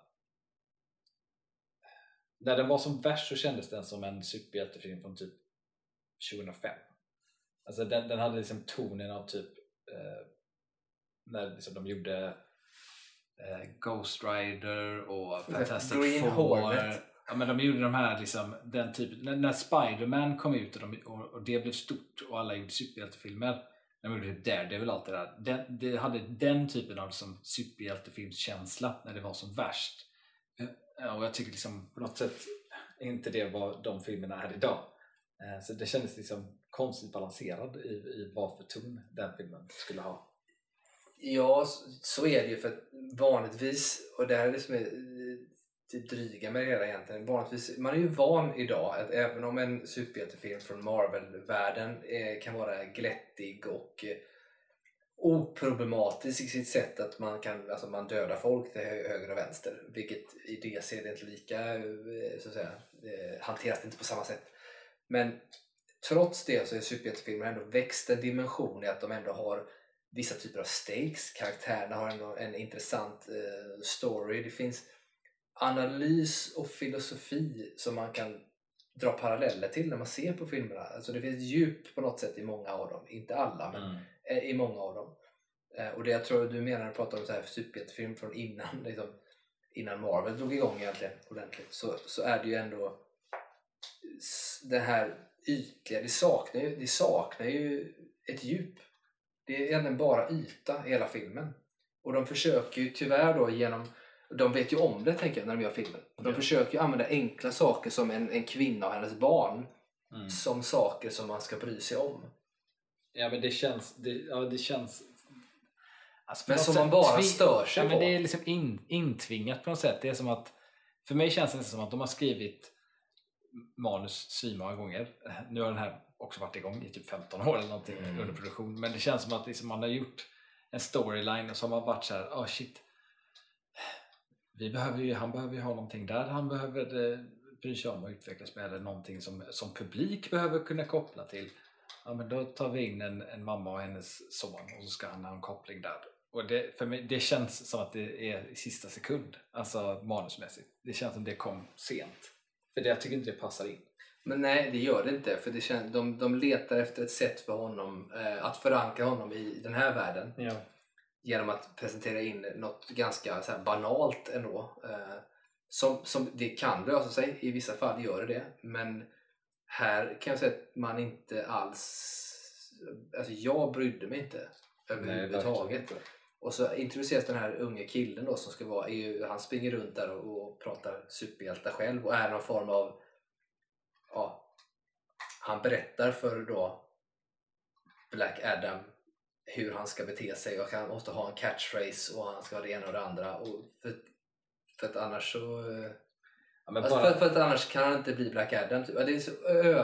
När den var som värst så kändes den som en superhjältefilm från typ 2005. Alltså den hade liksom tonen av typ när liksom de gjorde Ghost Rider och Fantastic Green Four. Hornet. Ja, men de gjorde de här liksom, den typen, när Spider-Man kom ut och det blev stort och alla gjorde superhjältefilmer, de gjorde typ Daredevil och allt det där, det hade den typen av liksom superhjältefilmskänsla när det var som värst. Och jag tycker liksom på något sätt inte det var de filmerna är idag. Så det kändes liksom konstigt balanserad i vad för ton den filmen skulle ha. Ja, så är det ju, för att vanligtvis, och det här är det som är det dryga med det hela egentligen, vanligtvis, man är ju van idag att även om en superhjältefilm från Marvel-världen kan vara glättig och oproblematisk i sitt sätt, att man dödar folk till höger och vänster, vilket i DC är det inte lika, så att säga, hanteras inte på samma sätt. Men trots det så är superhjältefilmer ändå växt en dimension i att de ändå har vissa typer av stakes. Karaktärerna har ändå en intressant story. Det finns analys och filosofi som man kan dra paralleller till när man ser på filmerna. Alltså det finns djup på något sätt i många av dem. Inte alla, men i många av dem. Och det jag tror du menar när du pratar om så här superhjältefilm från innan Marvel drog igång egentligen ordentligt, så är det ju ändå det här ytliga. Det saknar ju ett djup. Det är egentligen bara yta hela filmen. Och de försöker ju tyvärr då de vet ju om det, tänker jag, när de gör filmen. De försöker ju använda enkla saker som en kvinna och hennes barn som saker som man ska bry sig om. Ja, men det känns alltså, men som man bara stör sig på. Men på. det är liksom intvingat på något sätt. Det är som att, för mig känns det som att de har skrivit manus svinmånga gånger. Nu har den här också varit igång i typ 15 år eller någonting under produktion, men det känns som att liksom man har gjort en storyline och så har man varit så här: shit, han behöver ju ha någonting där han behöver bry sig om och utvecklas med, eller någonting som publik behöver kunna koppla till. Ja, men då tar vi in en mamma och hennes son och så ska han ha en koppling där. Och för mig, det känns som att det är i sista sekund, alltså manusmässigt. Det känns som det kom sent. För jag tycker inte det passar in. Men nej, det gör det inte. För de letar efter ett sätt för honom att förankra honom i den här världen. Ja. Genom att presentera in något ganska så här banalt ändå. Som det kan lösa sig. I vissa fall gör det. Men här kan jag säga att man inte alls... Alltså jag brydde mig inte överhuvudtaget. Och så introduceras den här unge killen då som ska vara... Han springer runt där och pratar superhjältar själv. Och är någon form av... Ja, han berättar för då Black Adam hur han ska bete sig, och han måste ha en catchphrase och han ska ha det ena och det andra, och för att annars så för att annars kan han inte bli Black Adam. Det är så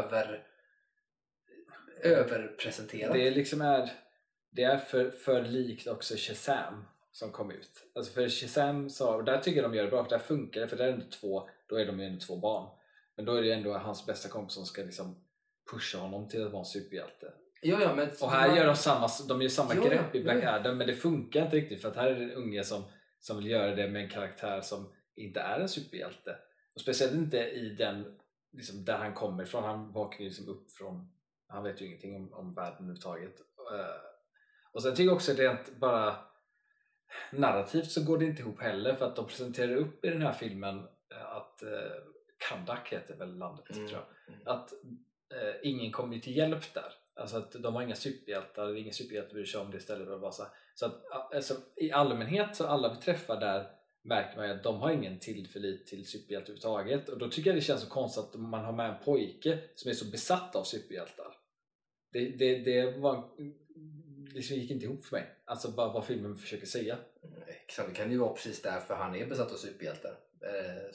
överpresenterat. Det liksom det är för likt också Shazam som kom ut. Alltså för Shazam och där tycker jag de gör det bra, för där funkar det, för där är då är de ju ändå 2 barn. Men då är det ändå hans bästa kompis som ska liksom pusha honom till att vara en superhjälte. Ja, men och här gör de gör samma grepp i Black Adam, men det funkar inte riktigt, för att här är det en unge som vill göra det med en karaktär som inte är en superhjälte. Och speciellt inte i den liksom, där han kommer ifrån. Han vaknar ju liksom upp från, han vet ju ingenting om världen överhuvudtaget. Och sen tycker jag också rent bara narrativt så går det inte ihop heller, för att de presenterar upp i den här filmen att Kandak heter väl landet, tror jag. Att ingen kommer till hjälp där. Alltså att de har inga superhjältar, ingen superhjälte bryr sig om det istället för att vara så att alltså, i allmänhet så alla vi träffar där märker man att de har ingen tillförlit till superhjälte överhuvudtaget, och då tycker jag det känns så konstigt att man har med en pojke som är så besatt av superhjältar. Det var liksom gick inte ihop för mig, alltså vad filmen försöker säga. Exakt, det kan ju vara precis därför han är besatt av superhjältar. Så.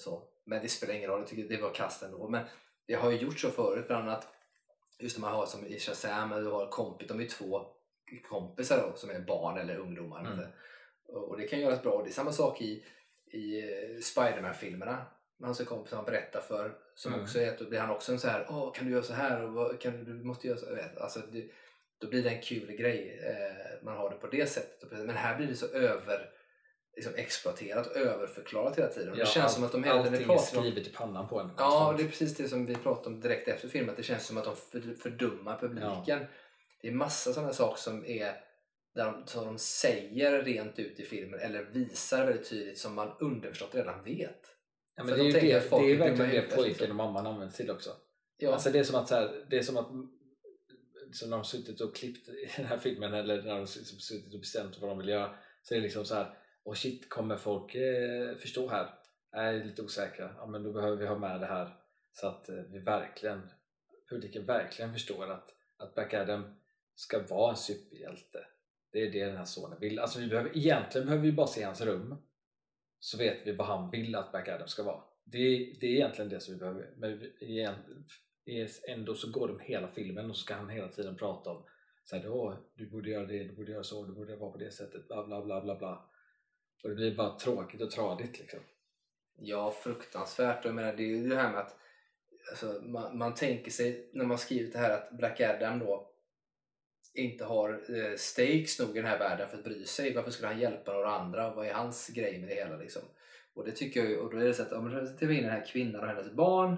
Men det spelar ingen roll, jag tycker det var kast ändå. Men det har ju gjort så förut, bland annat just när man har som i Shazam, du har kompis, de är 2 kompisar då, som är barn eller ungdomar. Och det kan göras bra. Det är samma sak i Spider-Man-filmerna. Hans kompis han berättar för, som också är att då blir han också en så här, kan du göra så här och du måste göra så här. Alltså då blir det en kul grej. Man har det på det sättet. Men här blir det så exploaterat och överförklarat hela tiden. Ja, det känns som att de hela tiden pratar om skrivet i pannan på en. Ja, det är precis det som vi pratade om direkt efter filmen. Att det känns som att de fördummar publiken. Ja. Det är massa sådana saker som är som de säger rent ut i filmen eller visar väldigt tydligt som man underförstått redan vet. Ja, men det är verkligen det pojken och mamman använder till också. Ja. Alltså det är som att som när de suttit och klippt i den här filmen eller när de suttit och bestämt vad de vill göra, så är det liksom så här: shit, kommer folk förstå här? Jag är lite osäkra. Ja, men då behöver vi ha med det här så att publiken verkligen förstår att Black Adam ska vara en superhjälte. Det är det den här sonen vill. Alltså egentligen behöver vi bara se hans rum, så vet vi vad han vill att Black Adam ska vara. Det är egentligen det som vi behöver. Men ändå så går de hela filmen och så ska han hela tiden prata om så här, du borde göra det, du borde göra så, du borde vara på det sättet, bla bla bla bla bla. Och det blir bara tråkigt och tradigt liksom. Ja, fruktansvärt. Jag menar, det är ju det här med att alltså, man tänker sig när man skrivit det här att Black Adam då inte har stakes nog i den här världen för att bry sig. Varför skulle han hjälpa några andra? Vad är hans grej med det hela liksom? Och det tycker jag, och då är det så att om man sätter in den här kvinnan och hennes barn,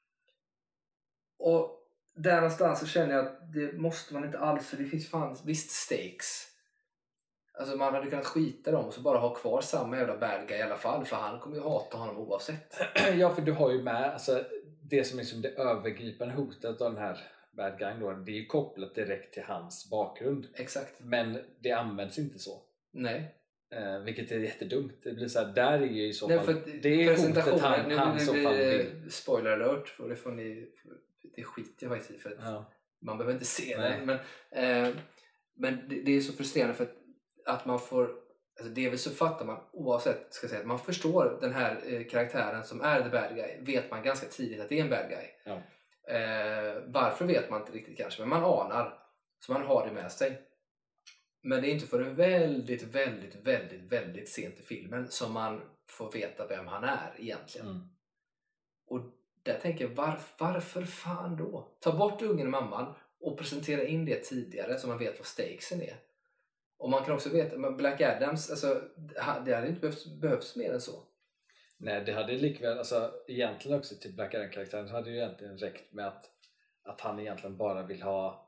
och där någonstans så känner jag att det måste man inte alls, för det finns fan visst stakes. Alltså man hade kunnat skita dem och så bara ha kvar samma jävla bad guy i alla fall, för han kommer ju hata honom oavsett. Ja, för du har ju med alltså, det som är som det övergripande hotet av den här bad guy då, det är ju kopplat direkt till hans bakgrund. Exakt. Men det används inte så. Nej. Vilket är jättedumt. Det blir så här, där är ju i så fall det är hotet han så fall vill. Spoiler alert, och det får ni, det skiter jag faktiskt i, för att man behöver inte se det. Men det är så frustrerande, för att man får, alltså det så fattar man oavsett, ska säga, att man förstår den här karaktären som är the bad guy, vet man ganska tidigt att det är en bad guy. Ja. Varför vet man inte riktigt kanske, men man anar, så man har det med sig. Men det är inte för väldigt, väldigt, väldigt, väldigt sent i filmen som man får veta vem han är egentligen. Och där tänker jag, varför fan då? Ta bort ungen och mamman och presentera in det tidigare så man vet vad stakesen är. Och man kan också veta, men Black Adams, alltså, det hade inte behövts mer än så. Nej, det hade likväl, alltså egentligen också till Black Adam-karaktären så hade det ju egentligen räckt med att han egentligen bara vill ha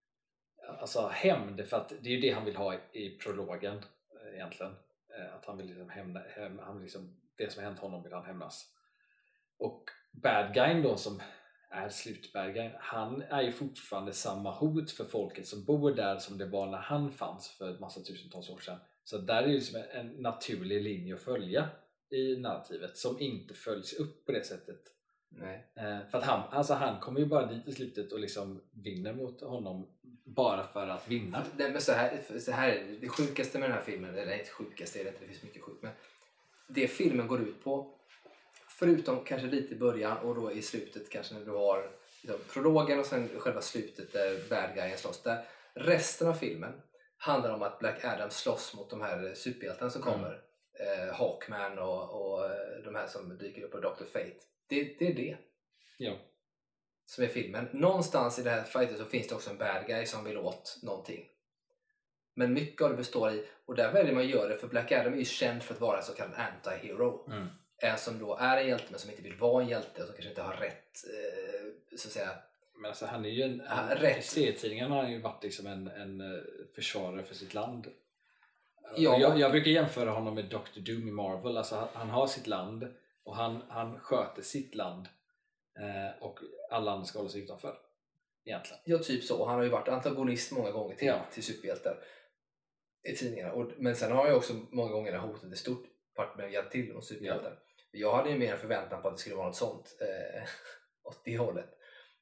alltså hämnd, för att det är ju det han vill ha i prologen egentligen, att han vill liksom han liksom, det som har hänt honom vill han hämnas. Och bad guyn då, som är slutbad guyn, han är ju fortfarande samma hot för folket som bor där som det var när han fanns för ett massa tusentals år sedan. Så där är det ju som en naturlig linje att följa i narrativet som inte följs upp på det sättet. Nej. För att han kommer ju bara dit i slutet och liksom vinner mot honom bara för att vinna. Nej, men så här är det sjukaste med den här filmen, eller inte sjukaste, det finns mycket sjukt, men det filmen går ut på, förutom kanske lite i början och då i slutet kanske när du har liksom, prologen och sen själva slutet där bad guyen slåss där. Resten av filmen handlar om att Black Adam slåss mot de här superhjältarna som kommer. Hawkman och de här som dyker upp på Dr. Fate. Det är det. Ja. Som är filmen. Någonstans i det här fightet så finns det också en bad guy som vill åt någonting. Men mycket av det består i, och där väljer man att göra det, för Black Adam är ju känd för att vara en så kallad anti-hero. En som då är en hjälte men som inte vill vara en hjälte och som kanske inte har rätt så att säga. Men alltså han är ju i serietidningarna har han ju varit liksom en försvarare för sitt land. Ja. Jag brukar jämföra honom med Dr. Doom i Marvel. Alltså han har sitt land och han sköter sitt land och alla andra ska hålla sig utanför egentligen. Ja, typ så. Han har ju varit antagonist många gånger till superhjältar i tidningarna. Men sen har jag också många gånger när hotet är stort varit med att hjälpa till de superhjältar. Jag hade ju mer förväntan på att det skulle vara något sånt åt det hållet.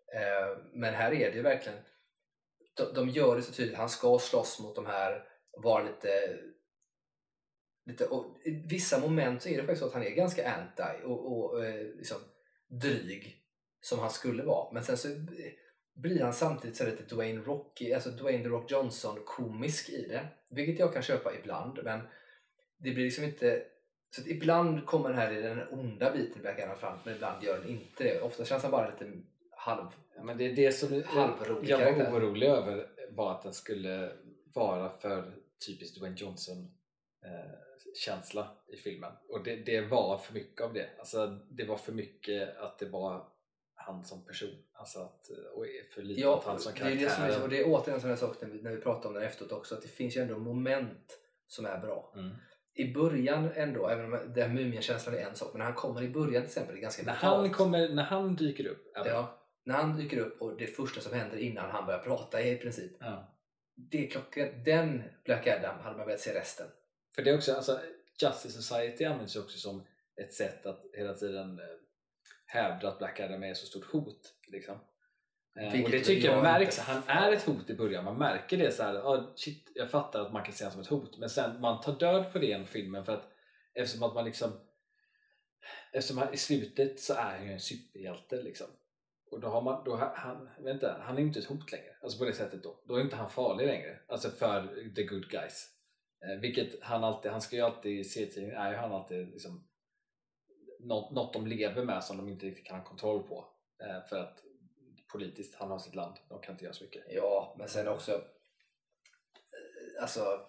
Men här är det ju verkligen, de gör det så tydligt. Han ska slåss mot de här, vara lite och i vissa moment så är det faktiskt så att han är ganska anti och liksom dryg som han skulle vara, men sen så blir han samtidigt så lite Dwayne The Rock Johnson komisk i det, vilket jag kan köpa ibland, men det blir liksom inte så att ibland kommer den här i den onda biten Black Adam fram, men ibland gör den inte det. Ofta känns han bara lite men det är det som halvrolig jag karaktär. var orolig över, var att den skulle vara för typiskt Dwayne Johnson känsla i filmen, och det var för mycket av det. Alltså det var för mycket att det var han som person, alltså och för lite att han som karaktär. Det är och det är återigen som jag sa när vi pratade om den efteråt också, att det finns ju ändå moment som är bra. I början ändå, även om den Mumien-känslan är en sak, men när han kommer i början till exempel, det är ganska när han dyker upp. När han dyker upp och det första som händer innan han börjar prata är i princip det är klockan. Den Black Adam hade man velat se resten. För det är också, alltså Justice Society används också som ett sätt att hela tiden hävda att Black Adam är ett så stort hot liksom. Och det tycker jag märks. Han är ett hot i början, man märker det så här. Shit, jag fattar att man kan se honom som ett hot, men sen man tar död på det i filmen, för att eftersom han i slutet så är han ju en superhjälte liksom. Och då har han är inte ett hot längre, alltså på det sättet då är inte han farlig längre, alltså för the good guys, vilket han ska ju alltid se till, är ju han alltid liksom något de lever med som de inte riktigt kan ha kontroll på, för att politiskt, han har sitt land, de kan inte göra så mycket. Ja, men sen också alltså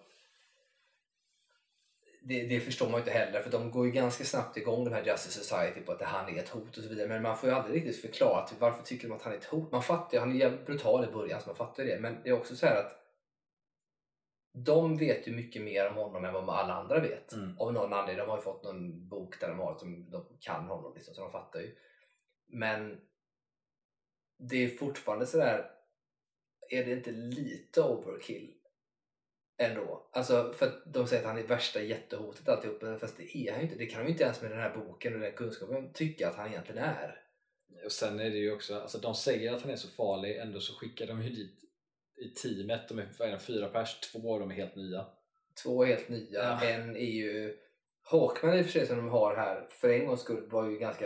det förstår man ju inte heller, för de går ju ganska snabbt igång, de här Justice Society, på att han är ett hot och så vidare, men man får ju aldrig riktigt förklarat varför tycker de att han är ett hot. Man fattar ju, han är jävligt brutal i början så man fattar det, men det är också så här att de vet ju mycket mer om honom än vad alla andra vet. Av någon anledning, de har ju fått någon bok där de kan honom liksom, så de fattar ju. Men det är fortfarande så där, är det inte lite overkill ändå? Alltså, för att de säger att han är värsta jättehotet alltihop, fast det är han ju inte. Det kan de ju inte ens med den här boken och den kunskapen tycka att han egentligen är. Och sen är det ju också, alltså de säger att han är så farlig, ändå så skickar de ju dit i teamet, de är 4 pers, 2 av dem är helt nya. 2 är helt nya, en är ju Hawkman i och för sig, som de har här för en gångs skull, var ju ganska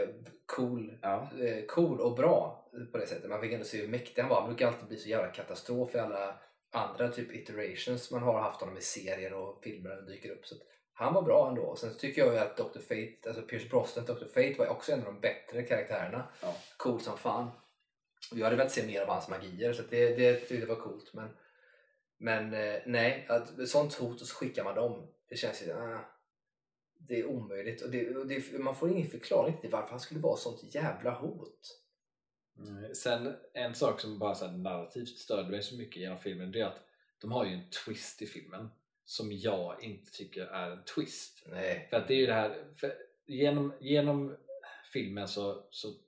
cool och bra på det sättet. Man fick ändå se hur mäktig han var. Han brukar alltid bli så jävla katastrof i alla andra typ iterations man har haft honom i serier och filmer när han dyker upp, så att han var bra ändå. Och sen tycker jag ju att Dr. Fate, alltså Pierce Brosnan, Dr. Fate var också en av de bättre karaktärerna. Cool som fan. Och jag hade velat se mer av hans magier, så att det tyckte jag var coolt, men nej, att sånt hot och så skickar man dem, det känns ju det är omöjligt, och man får ingen förklaring till varför han skulle vara sånt jävla hot. Sen en sak som bara så här narrativt störde mig så mycket genom filmen, det är att de har ju en twist i filmen som jag inte tycker är en twist. Nej. För att det är ju det här, genom filmen så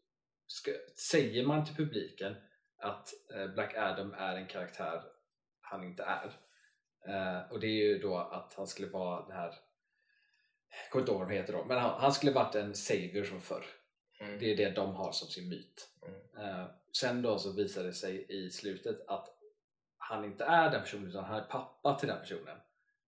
säger man till publiken att Black Adam är en karaktär han inte är, och det är ju då att han skulle vara den här, jag kommer inte ihåg vad de heter då, men han skulle varit en savior som förr. Det är det de har som sin myt. Sen då så visar det sig i slutet att han inte är den personen, utan han är pappa till den personen,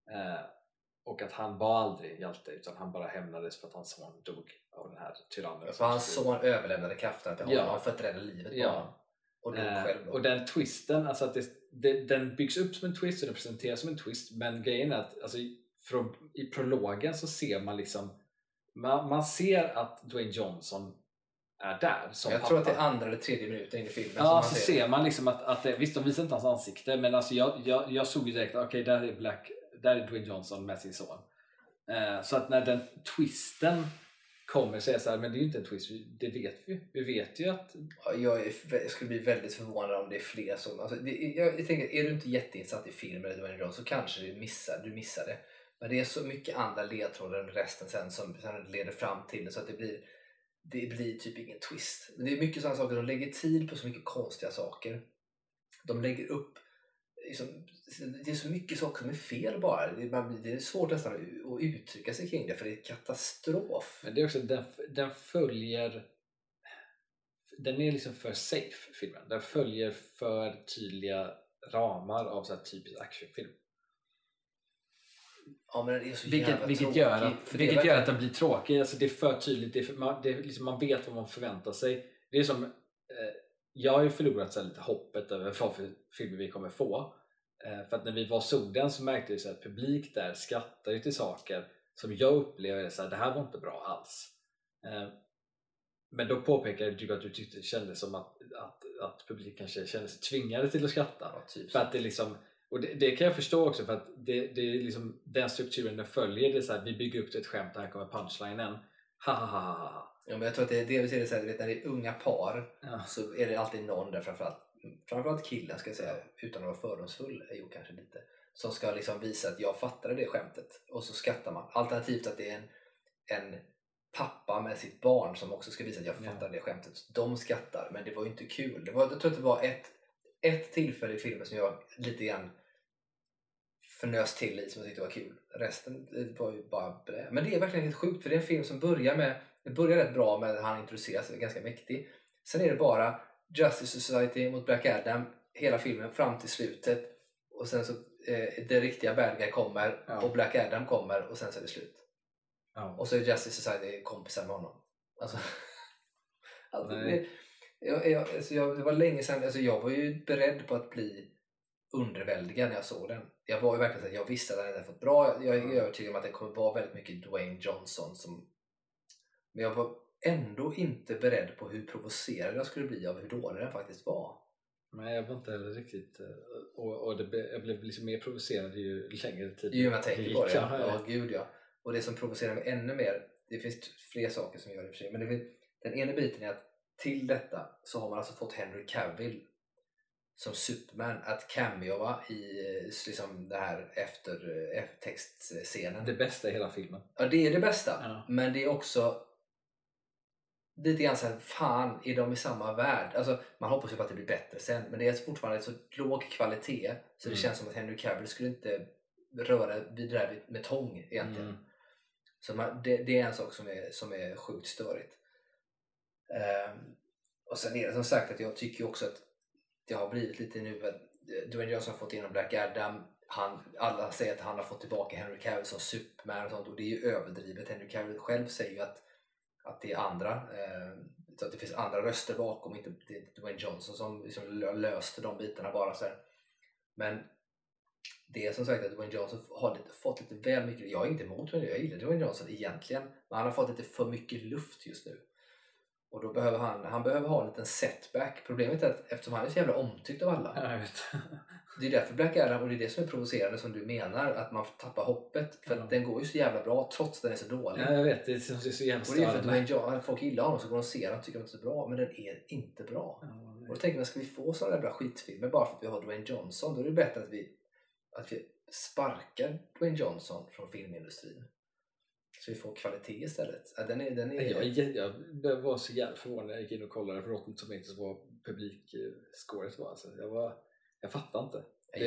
och att han var aldrig hjälte, utan han bara hämnades för att hans son dog av den här tyrannen. För hans son överlämnade kraften till honom för att rädda livet på honom. Och dog själv då. Och den twisten, alltså att den byggs upp som en twist och den presenteras som en twist, men grejen är att alltså, i prologen så ser man liksom, man ser att Dwayne Johnson är där som jag pappa. tror att det är 2:a eller 3:e minuten in i filmen. Ja, så ser man liksom att visst, de visar inte hans ansikte, men alltså jag såg ju direkt att okej, där är Dwayne Johnson med sin son. Så att när den twisten kommer så är så här, men det är ju inte en twist, det vet vi vet ju att... Jag skulle bli väldigt förvånad om det är fler som... Alltså, jag tänker, är du inte jätteinsatt i film eller Dwayne Johnson så kanske du missar det. Men det är så mycket andra ledtrådar än resten sen som leder fram till det, så att det blir typ ingen twist. Det är mycket sådana saker, de lägger tid på så mycket konstiga saker. De lägger upp liksom, det är så mycket saker som är fel bara. Det är svårt nästan att uttrycka sig kring det, för det är katastrof. Men det är också, den följer, den är liksom för safe, filmen. Den följer för tydliga ramar av så här typisk actionfilm. Ja, men den är så vilket tråkig, gör att den blir tråkig. Alltså det är för tydligt, man vet vad man förväntar sig. Det är som jag har ju förlorat så lite hoppet över vad för filmer vi kommer få. För att när vi var såg den så märkte vi så att publik där skrattar ju till saker som jag upplever så här, det här var inte bra alls. Men då påpekade du att du tyckte det kändes som att publik kanske kände sig tvingade till att skratta. Ja, typ för att det liksom, och det kan jag förstå också, för att det är liksom den strukturen den följer. Det är så här, vi bygger upp till ett skämt och här kommer punchlinen. Ha. Ja, men jag tror att det vi ser det så här, vet, när det är unga par så är det alltid någon där, framförallt killen ska jag säga, utan att vara fördomsfull, kanske lite, som ska liksom visa att jag fattade det skämtet, och så skrattar man. Alternativt att det är en pappa med sitt barn som också ska visa att jag fattade det skämtet. De skrattar, men det var ju inte kul. Jag tror att det var ett tillfälle i filmen som jag lite grann förnös till i, som jag tyckte var kul. Resten var ju bara blä. Men det är verkligen helt sjukt, för det är en film som börjar rätt bra med att han introduceras, ganska mäktig. Sen är det bara Justice Society mot Black Adam hela filmen fram till slutet, och sen så det riktiga bad guy kommer och Black Adam kommer, och sen så är det slut. Och så är Justice Society kompisar med honom. Alltså det var länge sedan, alltså jag var ju beredd på att bli underväldigad när jag såg den. Jag var ju verkligen så att jag visste att den hade fått bra. Jag är övertygad om att det kommer vara väldigt mycket Dwayne Johnson men jag var ändå inte beredd på hur provocerad jag skulle bli av hur dålig den faktiskt var. Nej, jag var inte heller riktigt, och jag blev liksom mer provocerad ju längre tid. Ju man tänker på det. Ja, gud ja. Och det som provocerar mig ännu mer, det finns fler saker som gör det för sig, men den ena biten är att till detta så har man alltså fått Henry Cavill som Superman att cameoa i liksom det här eftertextscenen. Det bästa i hela filmen. Ja, det är det bästa. Men det är också lite grann såhär, fan, är de i samma värld? Alltså, man hoppas ju på att det blir bättre sen, men det är fortfarande så låg kvalitet så det känns som att Henry Cavill skulle inte röra vid det här med tång egentligen. Så det är en sak som är sjukt störigt. Och sen är det som sagt att jag tycker också att det har blivit lite nu att Dwayne Johnson har fått igenom Black Adam. Alla säger att han har fått tillbaka Henry Cavill som Superman och sånt, och det är ju överdrivet. Henry Cavill själv säger ju att det är andra, så att det finns andra röster bakom, inte Dwayne Johnson som liksom löste de bitarna bara så här. Men det är som sagt att Dwayne Johnson har fått lite väl mycket. Jag är inte emot det, jag gillar Dwayne Johnson egentligen, men han har fått lite för mycket luft just nu. Och då behöver han behöver ha en liten setback. Problemet är att eftersom han är så jävla omtyckt av alla. Ja, jag vet. Det är därför Black Adam, och det är det som är provocerande som du menar, att man tappar hoppet. För att den går ju så jävla bra trots att den är så dålig. Ja, jag vet. Det är så jävla störande. Och det är för att Dwayne Johnson, folk gillar honom så går de och ser och tycker att det är så bra. Men den är inte bra. Och då tänker man, ska vi få sådana jävla skitfilmer bara för att vi har Dwayne Johnson? Då är det bättre att vi sparkar Dwayne Johnson från filmindustrin. Så vi får kvalitet istället. Ja, Jag var så jävla förvånad när jag gick in och kollade på Rotten Tomatoes vad publikskåret var. Alltså, jag fattar inte.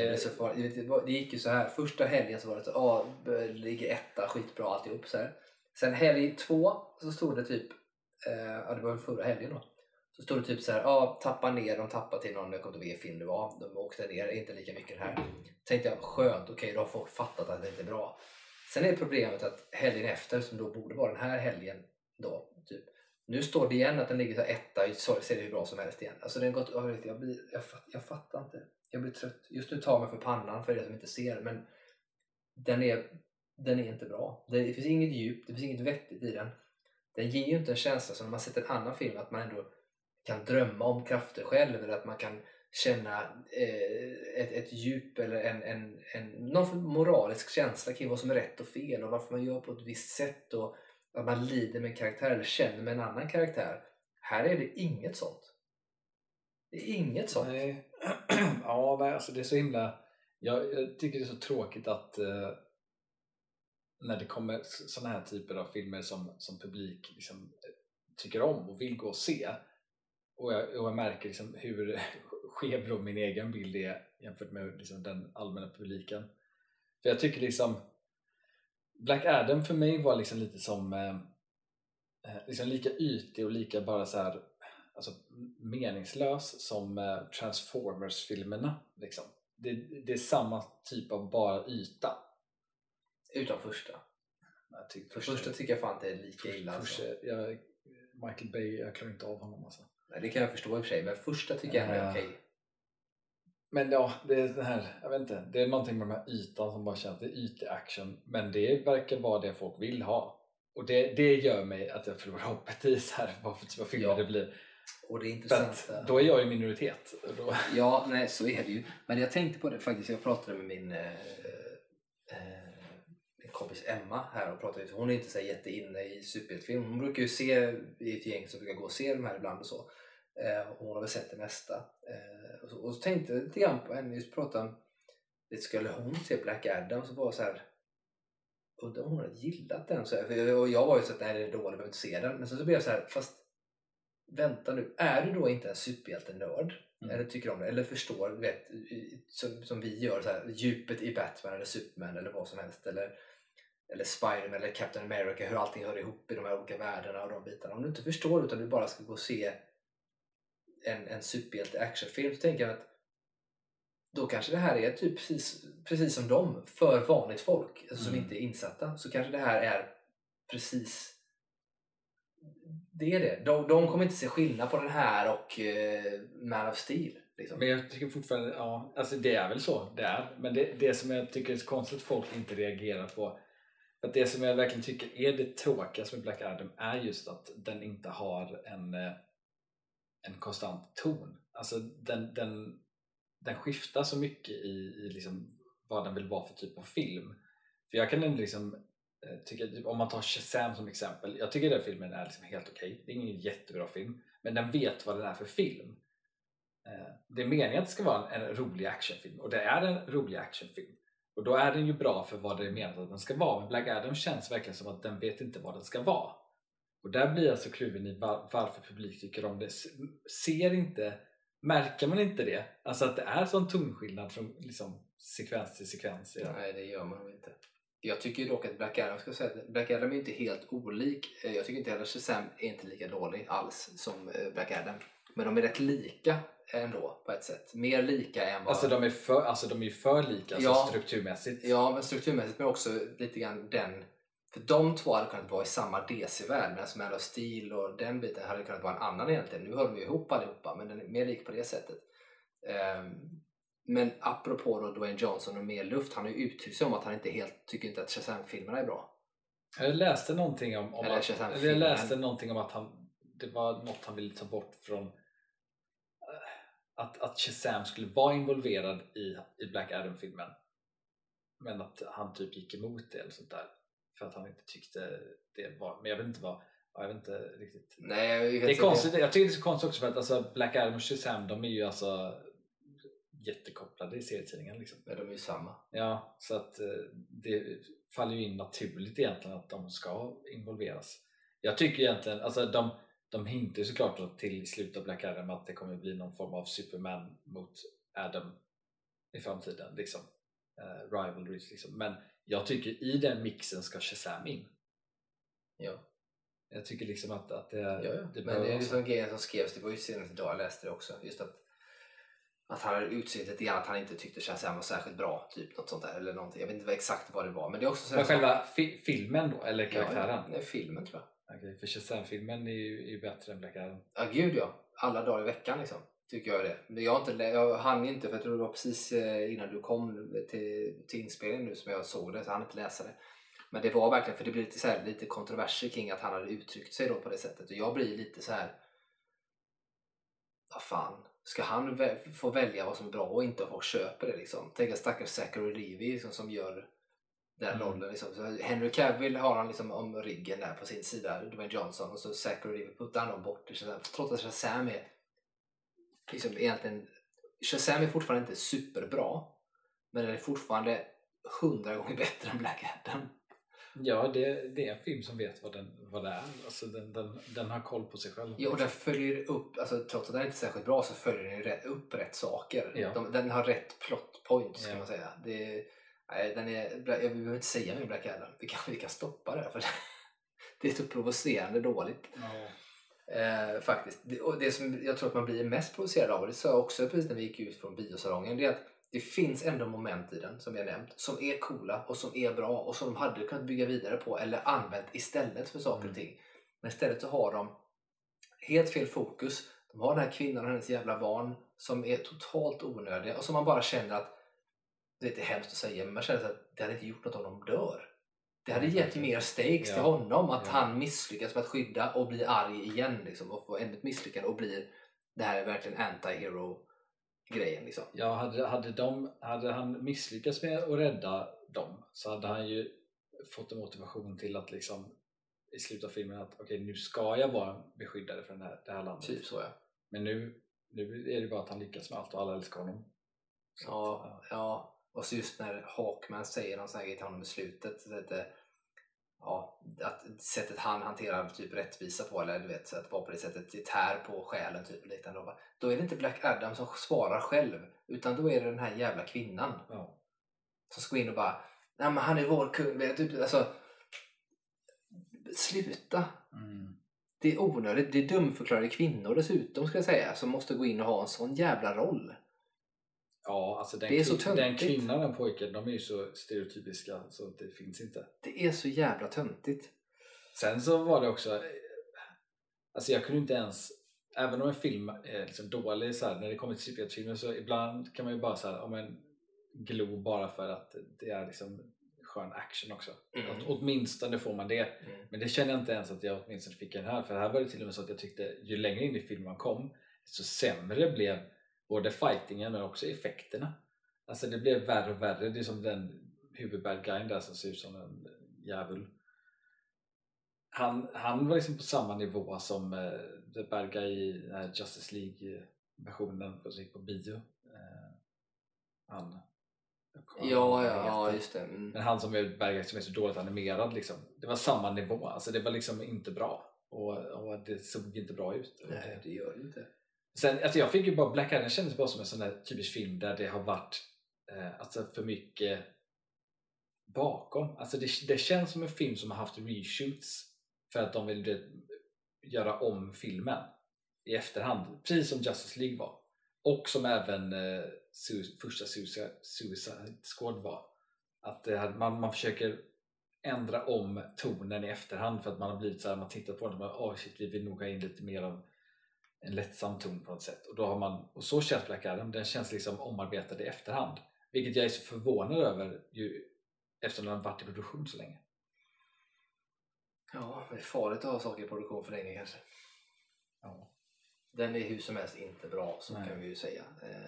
Det gick ju så här. Första helgen så var det så ligger etta, skitbra alltihop så här. Sen helg 2 så stod det typ det var väl förra helgen då. Så stod det typ så här, de tappade till någon, jag kommer inte ihåg vilken film det var. De åkte ner, inte lika mycket här. Tänkte jag, skönt, okej, då har folk fattat att det inte är bra. Sen är problemet att helgen efter, som då borde vara den här helgen då, typ, nu står det igen att den ligger så etta, så ser det hur bra som helst igen. Alltså den gått, jag fattar inte. Jag blir trött. Just nu tar jag mig för pannan för det som inte ser, men den är inte bra. Det finns inget djup, det finns inget vettigt i den. Den ger ju inte en känsla som när man sett en annan film att man ändå kan drömma om krafter själv, eller att man kan känna ett djup eller någon moralisk känsla kring vad som är rätt och fel och varför man gör på ett visst sätt, och att man lider med en karaktär eller känner med en annan karaktär. Här är det inget sånt. Det är inget sånt. Nej. Ja, nej, alltså det är så himla... Jag tycker det är så tråkigt att när det kommer såna här typer av filmer som publik liksom tycker om och vill gå och se, och jag märker liksom hur skev då min egen bild är jämfört med liksom den allmänna publiken. För jag tycker liksom Black Adam för mig var liksom lite som liksom lika ytig och lika bara så här, alltså meningslös som Transformers-filmerna liksom. Det är samma typ av bara yta. Utom första. För första tycker jag fan inte är lika illa. Första, Michael Bay, jag klarar inte av honom alltså. Nej, det kan jag förstå i och för sig, men första tycker jag är okej. Men ja, det är det här, jag vet inte, det är någonting med den här ytan som bara känns, det är ytig action, men det verkar vara det folk vill ha. Och det gör mig att jag förlorar hoppet i så här, vad för typ av filmer det blir. Och det är intressant. Då är jag i minoritet. Då... Ja, nej, så är det ju. Men jag tänkte på det faktiskt, jag pratade med min kompis Emma här och pratade. Hon är inte så jätteinne i superhjältefilm. Hon brukar ju se i ett gäng som brukar gå och se de här ibland och så. Och hon har väl sett det mesta. Och så tänkte jag lite grann på henne, just prata om lite, skulle hon se Black Adam, så var så här, undrar om hon hade gillat den så här, och jag var ju så att nej, det är dåligt, jag behöver inte se den, men så blev jag så här, fast vänta nu, är du då inte en superhjältenörd? Eller tycker om det, eller förstår, vet, som vi gör så här, djupet i Batman eller Superman eller vad som helst, eller Spider-Man eller Captain America, hur allting hör ihop i de här olika världarna och de bitarna. Om du inte förstår utan du bara ska gå och se en superhjälte actionfilm, så tänker jag att då kanske det här är typ precis som dem, för vanligt folk alltså som inte är insatta, så kanske det här är precis det är det. De kommer inte se skillnad på den här och Man of Steel liksom. Men jag tycker fortfarande, ja, alltså det är väl så det är, men det som jag tycker är så konstigt att folk inte reagerar på, att det som jag verkligen tycker är det tråkigaste med Black Adam är just att den inte har en konstant ton. Alltså den skiftar så mycket i liksom vad den vill vara för typ av film. För jag kan ändå liksom tycka, om man tar Shazam som exempel, jag tycker den filmen är liksom helt okej. Det är ingen jättebra film, men den vet vad den är för film. Det är meningen att det ska vara en rolig actionfilm, och det är en rolig actionfilm, och då är den ju bra för vad det är menat att den ska vara. Men Black Adam känns verkligen som att den vet inte vad den ska vara, och där blir jag så kluven i varför publik tycker om det. Märker man inte det? Alltså att det är sån tonskillnad från liksom sekvens till sekvens. Nej, det gör man nog inte. Jag tycker dock att Black Adam är inte helt olik. Jag tycker inte heller Shazam är inte lika dålig alls som Black Adam. Men de är rätt lika ändå på ett sätt. Mer lika än vad... Alltså de är för lika, ja, alltså strukturmässigt. Ja, men strukturmässigt, men också lite grann den... För de två hade kunnat vara i samma DC-värld, men som Man of Steel och den biten hade kunnat vara en annan egentligen. Nu hör de ju ihop allihopa, men den är mer lik på det sättet. Men apropå då Dwayne Johnson och mer luft, han har ju uttryckt sig om att han tycker inte att Shazam-filmerna är bra. Jag läste någonting om att det var något han ville ta bort från att Shazam skulle vara involverad i Black Adam-filmen, men att han typ gick emot det eller sånt där, för att han inte tyckte det var, men jag vet inte riktigt. Nej, det är konstigt. Jag tycker det är så konstigt också för att alltså, Black Adam och Shazam, de är ju alltså jättekopplade i serietidningen liksom. Ja, de är ju samma. Ja, så att det faller ju in naturligt egentligen att de ska involveras. Jag tycker egentligen, alltså de hintar ju såklart till i slutet av Black Adam att det kommer bli någon form av Superman mot Adam i framtiden liksom. Rivalries liksom. Men jag tycker i den mixen ska Shazam in. Ja. Jag tycker liksom att det men det är ju sån grej som skrevs, det var ju senast idag, jag läste det också, just att han hade utsett lite grann att han inte tyckte Shazam var särskilt bra, typ något sånt där eller någonting. Jag vet inte exakt vad det var, men det är också så. Men själva filmen då, eller karaktären? Nej, filmen tror jag. Okej, för Shazam-filmen är ju bättre än Black Adam. Ja, gud ja. Alla dagar i veckan liksom, tycker jag det. Men jag hann inte, för jag tror det var precis innan du kom till inspelningen nu som jag såg det, så jag hann inte läsa det. Men det var verkligen, för det blev lite kontroverser kring att han hade uttryckt sig då på det sättet. Och jag blir lite så här, vad fan, ska han få välja vad som är bra och inte folk köper det liksom? Tänk att stackars Zachary Levi liksom, som gör den rollen liksom. Så Henry Cavill har han liksom om ryggen där på sin sida, Dwayne Johnson, och så Zachary Levi puttar han bort det, trots att Shazam är liksom egentligen, Shazam är fortfarande inte superbra, men den är fortfarande 100 gånger bättre än Black Adam. Ja, det är en film som vet vad det är. Alltså den har koll på sig själv. Ja, och den följer upp, alltså, trots att den inte är särskilt bra så följer den ju upp rätt saker. Ja. Den har rätt plot points kan man säga. Jag behöver inte säga mer Black Adam. Vi kan stoppa det, för det är så provocerande dåligt. Faktiskt. Och det som jag tror att man blir mest provocerad av, och det sa jag också precis när vi gick ut från biosalongen, det är att det finns ändå moment i den som jag nämnt som är coola och som är bra och som de hade kunnat bygga vidare på eller använt istället för saker och ting. Men istället så har de helt fel fokus. De har den här kvinnan och hennes jävla barn som är totalt onödiga och som man bara känner att, det är hemskt att säga, men man känner att det hade inte gjort något om de dör. Det hade gett mer stakes till honom att han misslyckas med att skydda och blir arg igen liksom, och får ännu ett misslyckande och blir det här är verkligen anti-hero grejen liksom. Ja, hade han misslyckats med att rädda dem så hade han ju fått en motivation till att liksom i slutet av filmen att okej, nu ska jag vara beskyddare för det här landet. Typ så, ja. Men nu är det bara att han lyckas med allt och alla älskar honom. Ja. Och så just när Hawkman säger någon sån här grej till honom i slutet, att sättet han hanterar typ rättvisa på, eller du vet, så att vara på det sättet, det tär på själen typ liknande. Då är det inte Black Adam som svarar själv, utan då är det den här jävla kvinnan som ska in och bara, nej men han är vår kung, typ, alltså sluta. Det är onödigt, det är dumförklarade kvinnor dessutom ska jag säga, som måste gå in och ha en sån jävla roll. Ja, alltså den kvinnan och den pojken, de är ju så stereotypiska så det finns inte. Det är så jävla töntigt. Sen så var det också, alltså jag kunde inte ens, även om en film är liksom dålig så här, när det kommer till superhjältefilmer så ibland kan man ju bara så här, glo bara för att det är liksom skön action också. Åtminstone får man det. Men det känner jag inte ens att jag åtminstone fick den här, för här var det till och med så att jag tyckte ju längre in i filmen man kom så sämre blev både fightingen men också effekterna. Alltså det blev värre och värre. Det är som den huvudbadguyen där som ser ut som en djävul. Han var liksom på samma nivå som the bad guy i Justice League-versionen på bio. Ja, just det. Men han som är bad guy som är så dåligt animerad liksom. Det var samma nivå. Alltså det var liksom inte bra. Och det såg inte bra ut. Nej, det gör det inte. Sen, alltså jag fick ju bara Black Adam kändes bara som en sån där typisk film där det har varit alltså för mycket bakom. Alltså det känns som en film som har haft reshoots för att de vill göra om filmen i efterhand, precis som Justice League var och som även första Suicide Squad var. Att man försöker ändra om tonen i efterhand för att man har blivit så här, man tittar på den och vi vill nog ha in lite mer av en lättsam ton på något sätt, och då har man, och så känns Black Adam, den känns liksom omarbetad i efterhand, vilket jag är så förvånad över ju, eftersom den har varit i produktion så länge. Ja, det är farligt att ha saker i produktion för länge kanske. Ja. Den är hur som helst inte bra, så kan vi ju säga.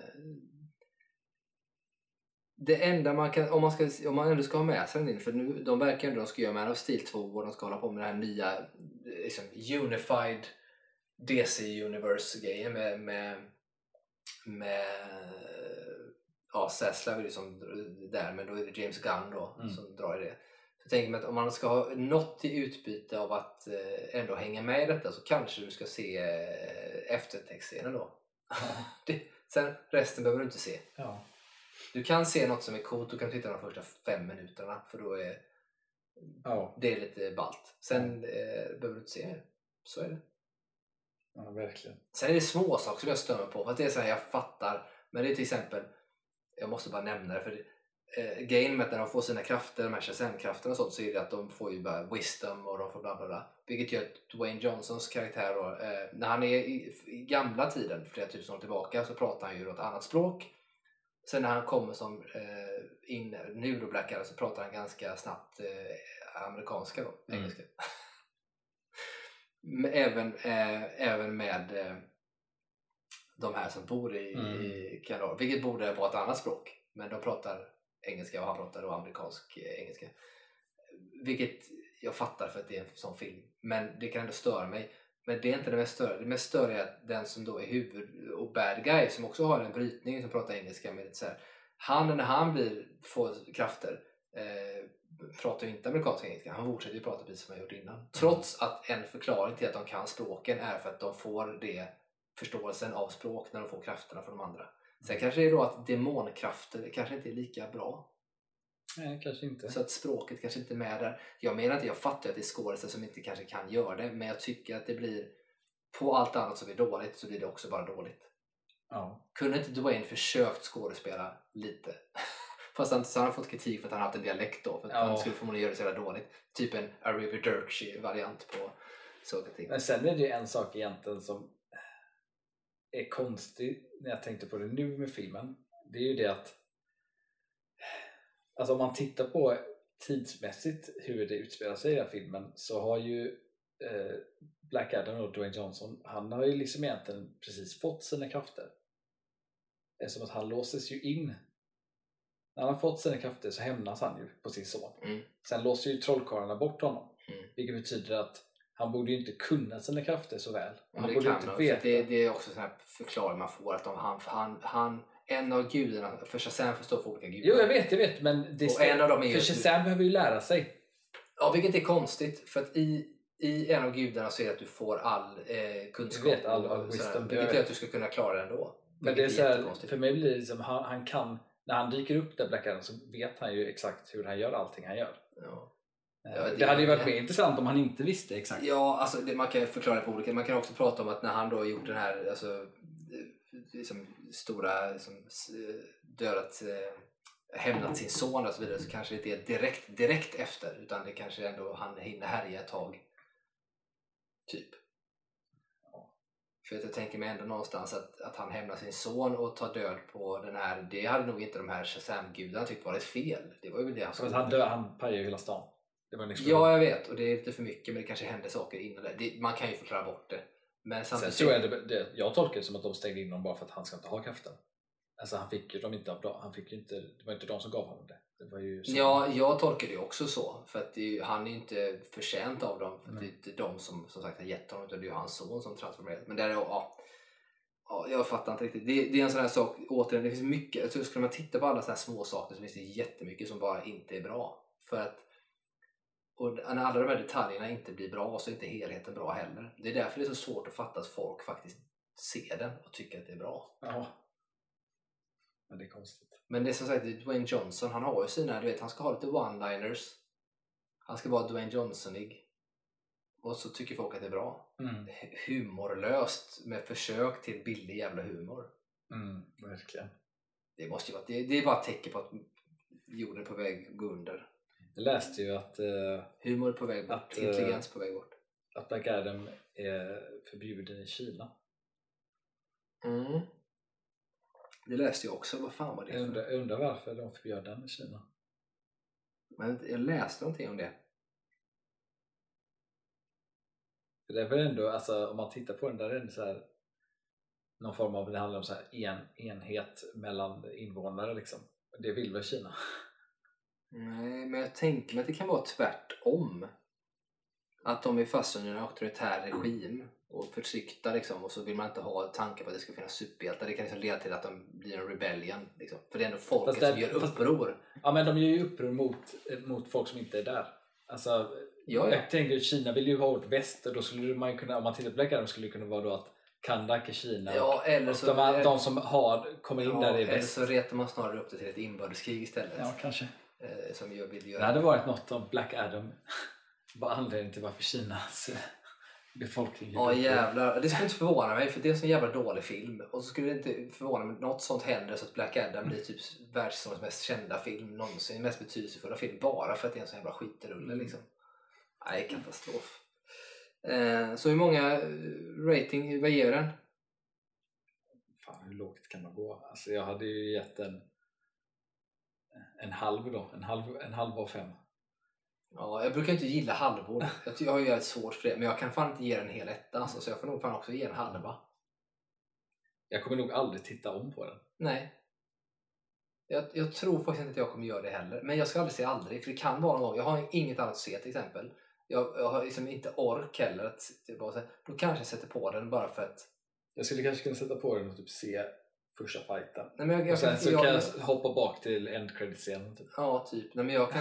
Det enda man kan, om man ändå ska ha med sig den in, för nu, de verkar ändå, de ska göra Man of Steel 2 och de ska hålla på med den här nya liksom, unified DC Universe-grejen med Zaslav är det som där, men då är det James Gunn då som drar i det. Så jag tänker mig att om man ska ha något i utbyte av att ändå hänga med i detta, så kanske du ska se eftertextscenen då. Sen resten behöver du inte se. Ja. Du kan se något som är coolt, du kan titta de första 5 minuterna, för då är det är lite ballt. Sen behöver du inte se mer. Så är det. Ja, verkligen. Sen är det små saker som jag stömer på, för att det är så här, jag fattar, men det är till exempel, jag måste bara nämna det, för grejen med att när de får sina krafter, de här Shazam-krafterna och sånt, så är det att de får ju bara wisdom och de får bla bla bla, vilket gör att Dwayne Johnsons karaktär då, när han är i gamla tiden, flera tusen år tillbaka, så pratar han ju ett annat språk. Sen när han kommer som nu då Black Adam, så pratar han ganska snabbt amerikanska då, engelska. Även med de här som bor i Kanada, vilket borde vara ett annat språk, men de pratar engelska och han pratar då amerikansk engelska, vilket jag fattar för att det är en sån film, men det kan ändå störa mig. Men det är inte det mest större. Det mest större är att den som då är huvud och bad guy, som också har en brytning, som pratar engelska med lite så här, när han får krafter pratar ju inte amerikansk engelska. Han fortsätter ju prata precis som han gjort innan. Trots att en förklaring till att de kan språken är för att de får förståelsen av språk när de får krafterna från de andra. Sen kanske det är då att demonkrafter kanske inte är lika bra. Nej, kanske inte. Så att språket kanske inte är med där. Jag menar inte, jag fattar att det är skådespelare som inte kanske kan göra det, men jag tycker att det blir, på allt annat som är dåligt så blir det också bara dåligt. Ja. Kunde inte Dwayne försökt skådespela lite? Fast han har fått kritik för att han har haft en dialekt då. För att han skulle förmodligen göra det så jävla dåligt. Typ en Arrivederci-variant på saker och ting. Men sen är det ju en sak egentligen som är konstig när jag tänkte på det nu med filmen. Det är ju det att alltså om man tittar på tidsmässigt hur det utspelar sig i den här filmen, så har ju Black Adam och Dwayne Johnson, han har ju liksom egentligen precis fått sina krafter. Det är som att han låses ju in. När han har fått sina krafter så hämnas han ju på sin son. Sen låser ju trollkarlarna bort honom. Vilket betyder att han borde ju inte kunna sina krafter så väl. Han borde inte veta. Det är också en sån här förklaring man får att han en av gudarna, för Shazam förstår för olika gudar. Jo, jag vet, men det en av dem är för Shazam behöver ju lära sig. Ja, vilket är konstigt, för att i en av gudarna så är det att du får all kunskap. Jag vet, all wisdom. Vilket gör att du ska kunna klara det ändå. Men det är så här, för mig blir det liksom, han kan, när han dyker upp där Black Adam, så vet han ju exakt hur han gör allting han gör. Ja. Det hade ju varit mer intressant om han inte visste exakt. Ja, alltså man kan förklara det på olika. Man kan också prata om att när han då har gjort den här alltså, liksom, stora liksom, dödat hämnat sin son och så vidare, så kanske det inte är direkt efter, utan det kanske ändå han hinner härja ett tag typ. För att jag tänker mig ändå någonstans att han hämnar sin son och tar död på den här, det hade nog inte de här Shazam-gudarna tyckt var ett fel. Det var ju det han skulle. Han pajar ju hela stan. Det var ja, jag vet, och det är lite för mycket, men det kanske hände saker innan det. Man kan ju förklara bort det. Men samtidigt sen så jag tolkar det som att de stängde in honom bara för att han ska inte ha kraften. Alltså han fick ju dem inte av dem. Han fick ju inte, det var inte de som gav honom det. Det var ju så. Ja, jag tolkar det också så. För att han är ju inte förtjänt av dem. För det är inte de som sagt har gett honom, utan det är ju hans son som transformeras. Men där är jag fattar inte riktigt. Det är en sån här sak, återigen, det finns mycket. Jag tror, skulle man titta på alla såna här små saker så finns det jättemycket som bara inte är bra. För att och när alla de här detaljerna inte blir bra så är inte helheten bra heller. Det är därför det är så svårt att fatta att folk faktiskt ser den och tycker att det är bra. Ja. Men det är konstigt. Men det är som sagt, Dwayne Johnson, han har ju sina, du vet, han ska ha lite one-liners. Han ska vara Dwayne Johnsonig. Och så tycker folk att det är bra. Humorlöst med försök till billig jävla humor. Verkligen. Det måste ju vara, det är bara ett tecken på att jorden är på väg att gå under. Jag läste ju att humor är på väg bort, intelligens på väg bort. Att Black Adam är förbjuden i Kina. Det läste jag också. Vad fan var det för? Jag undrar varför de förbjöd den i Kina. Men jag läste någonting om det. För det är väl ändå, alltså, om man tittar på den där, är det så här, någon form av, det handlar om så här enhet mellan invånare liksom. Det vill väl Kina? Nej, men jag tänker mig att det kan vara tvärtom. Att de är fast under en auktoritär regim och förtryckta liksom, och så vill man inte ha tankar på att det ska finnas superhjältar. Det kan liksom leda till att de blir en rebellion liksom. För det är ändå folket som gör uppror. Ja, men de gör ju uppror mot folk som inte är där. Alltså, jag tänker att Kina vill ju ha vårt väst, och då skulle man ju kunna, om man tittar på Black Adam, skulle det kunna vara då att Kandak är Kina, eller så de som kommer in där i väst. Eller så retar man snarare upp det till ett inbördeskrig istället. Ja, kanske. Som jag vill göra. Det hade varit något om Black Adam var anledningen till varför Kinas befolkning. Ja, jävlar. Det skulle inte förvåna mig, för det är en sån jävla dålig film. Och så skulle det inte förvåna mig något sånt händer, så att Black Adam blir typ världshistoriens mest kända film någonsin, mest betydelsefulla film, bara för att det är en sån jävla skitrulle liksom. Nej, katastrof. Så hur många rating, vad ger den? Fan, hur lågt kan man gå? Alltså jag hade ju gett en halv då, en halv av 5. Ja, jag brukar inte gilla halvor. Jag har ju ett svårt för det, men jag kan fan inte ge den en hel etta, alltså, så jag får nog fan också ge en halva. Jag kommer nog aldrig titta om på den. Nej. Jag tror faktiskt inte att jag kommer göra det heller. Men jag ska aldrig säga aldrig, för det kan vara någon gång. Jag har inget annat att se till exempel. Jag har liksom inte ork heller att bara säga, då kanske jag sätter på den bara för att... Jag skulle kanske kunna sätta på den och typ se första fighten. Nej, men och sen kan jag hoppa bak till end credit-scenen typ. Ja, typ. Nej, men jag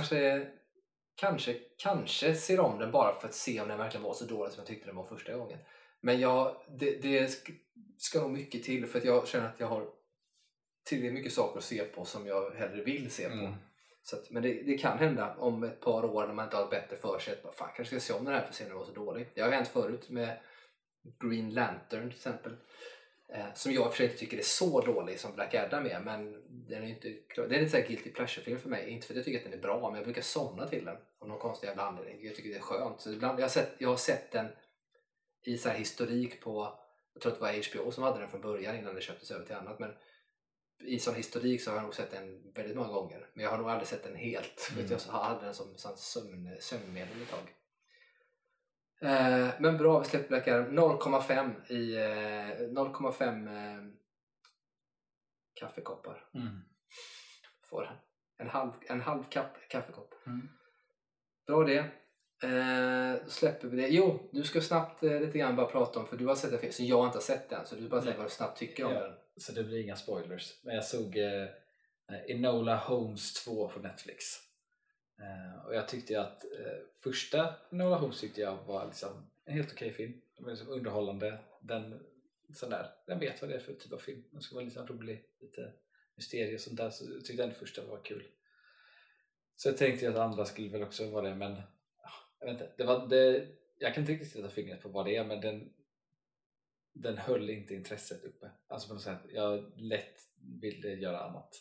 kanske ser om den bara för att se om den verkligen var så dålig som jag tyckte den var första gången. Men det ska nog mycket till, för att jag känner att jag har tillräckligt mycket saker att se på som jag hellre vill se på. Så att, men det kan hända om ett par år när man inte har bättre för sig att fan, kanske ska se om den här för att se om den var så dålig. Det har hänt förut med Green Lantern till exempel. Som jag i och för sig inte tycker är så dålig som Black Adam är, men den är inte, det är lite så här guilty pleasure-film för mig. Inte för att jag tycker att den är bra, men jag brukar somna till den av någon konstig jävla anledning. Jag tycker det är skönt. Så ibland, jag har sett den i så här historik på, jag tror att det var HBO som hade den från början innan det köptes över till annat, men i sån historik så har jag nog sett den väldigt många gånger, men jag har nog aldrig sett den helt för att jag hade den som sömnmedel ett tag. Men bra, vi släpper Black Adam. 0,5 i 0,5 kaffekoppar. Får den. En halv kaffekopp. Bra det. Då släpper vi det. Jo, du ska snabbt lite grann bara prata om, för du har sett den så jag inte har sett den, så du bara säger vad du snabbt tycker om den. Så det blir inga spoilers. Men jag såg Enola Holmes 2 på Netflix. Och jag tyckte att första Enola Holmes tyckte jag var liksom en helt okej film. Den var liksom underhållande. Den vet vad det är för typ av film. Den ska vara lite rolig, lite mysterier och sånt där. Så jag tyckte den första var kul. Så jag tänkte att andra skulle väl också vara det, men jag vet inte. Jag kan inte riktigt sätta fingret på vad det är, men den höll inte intresset uppe. Alltså på något sätt, jag lätt ville göra annat.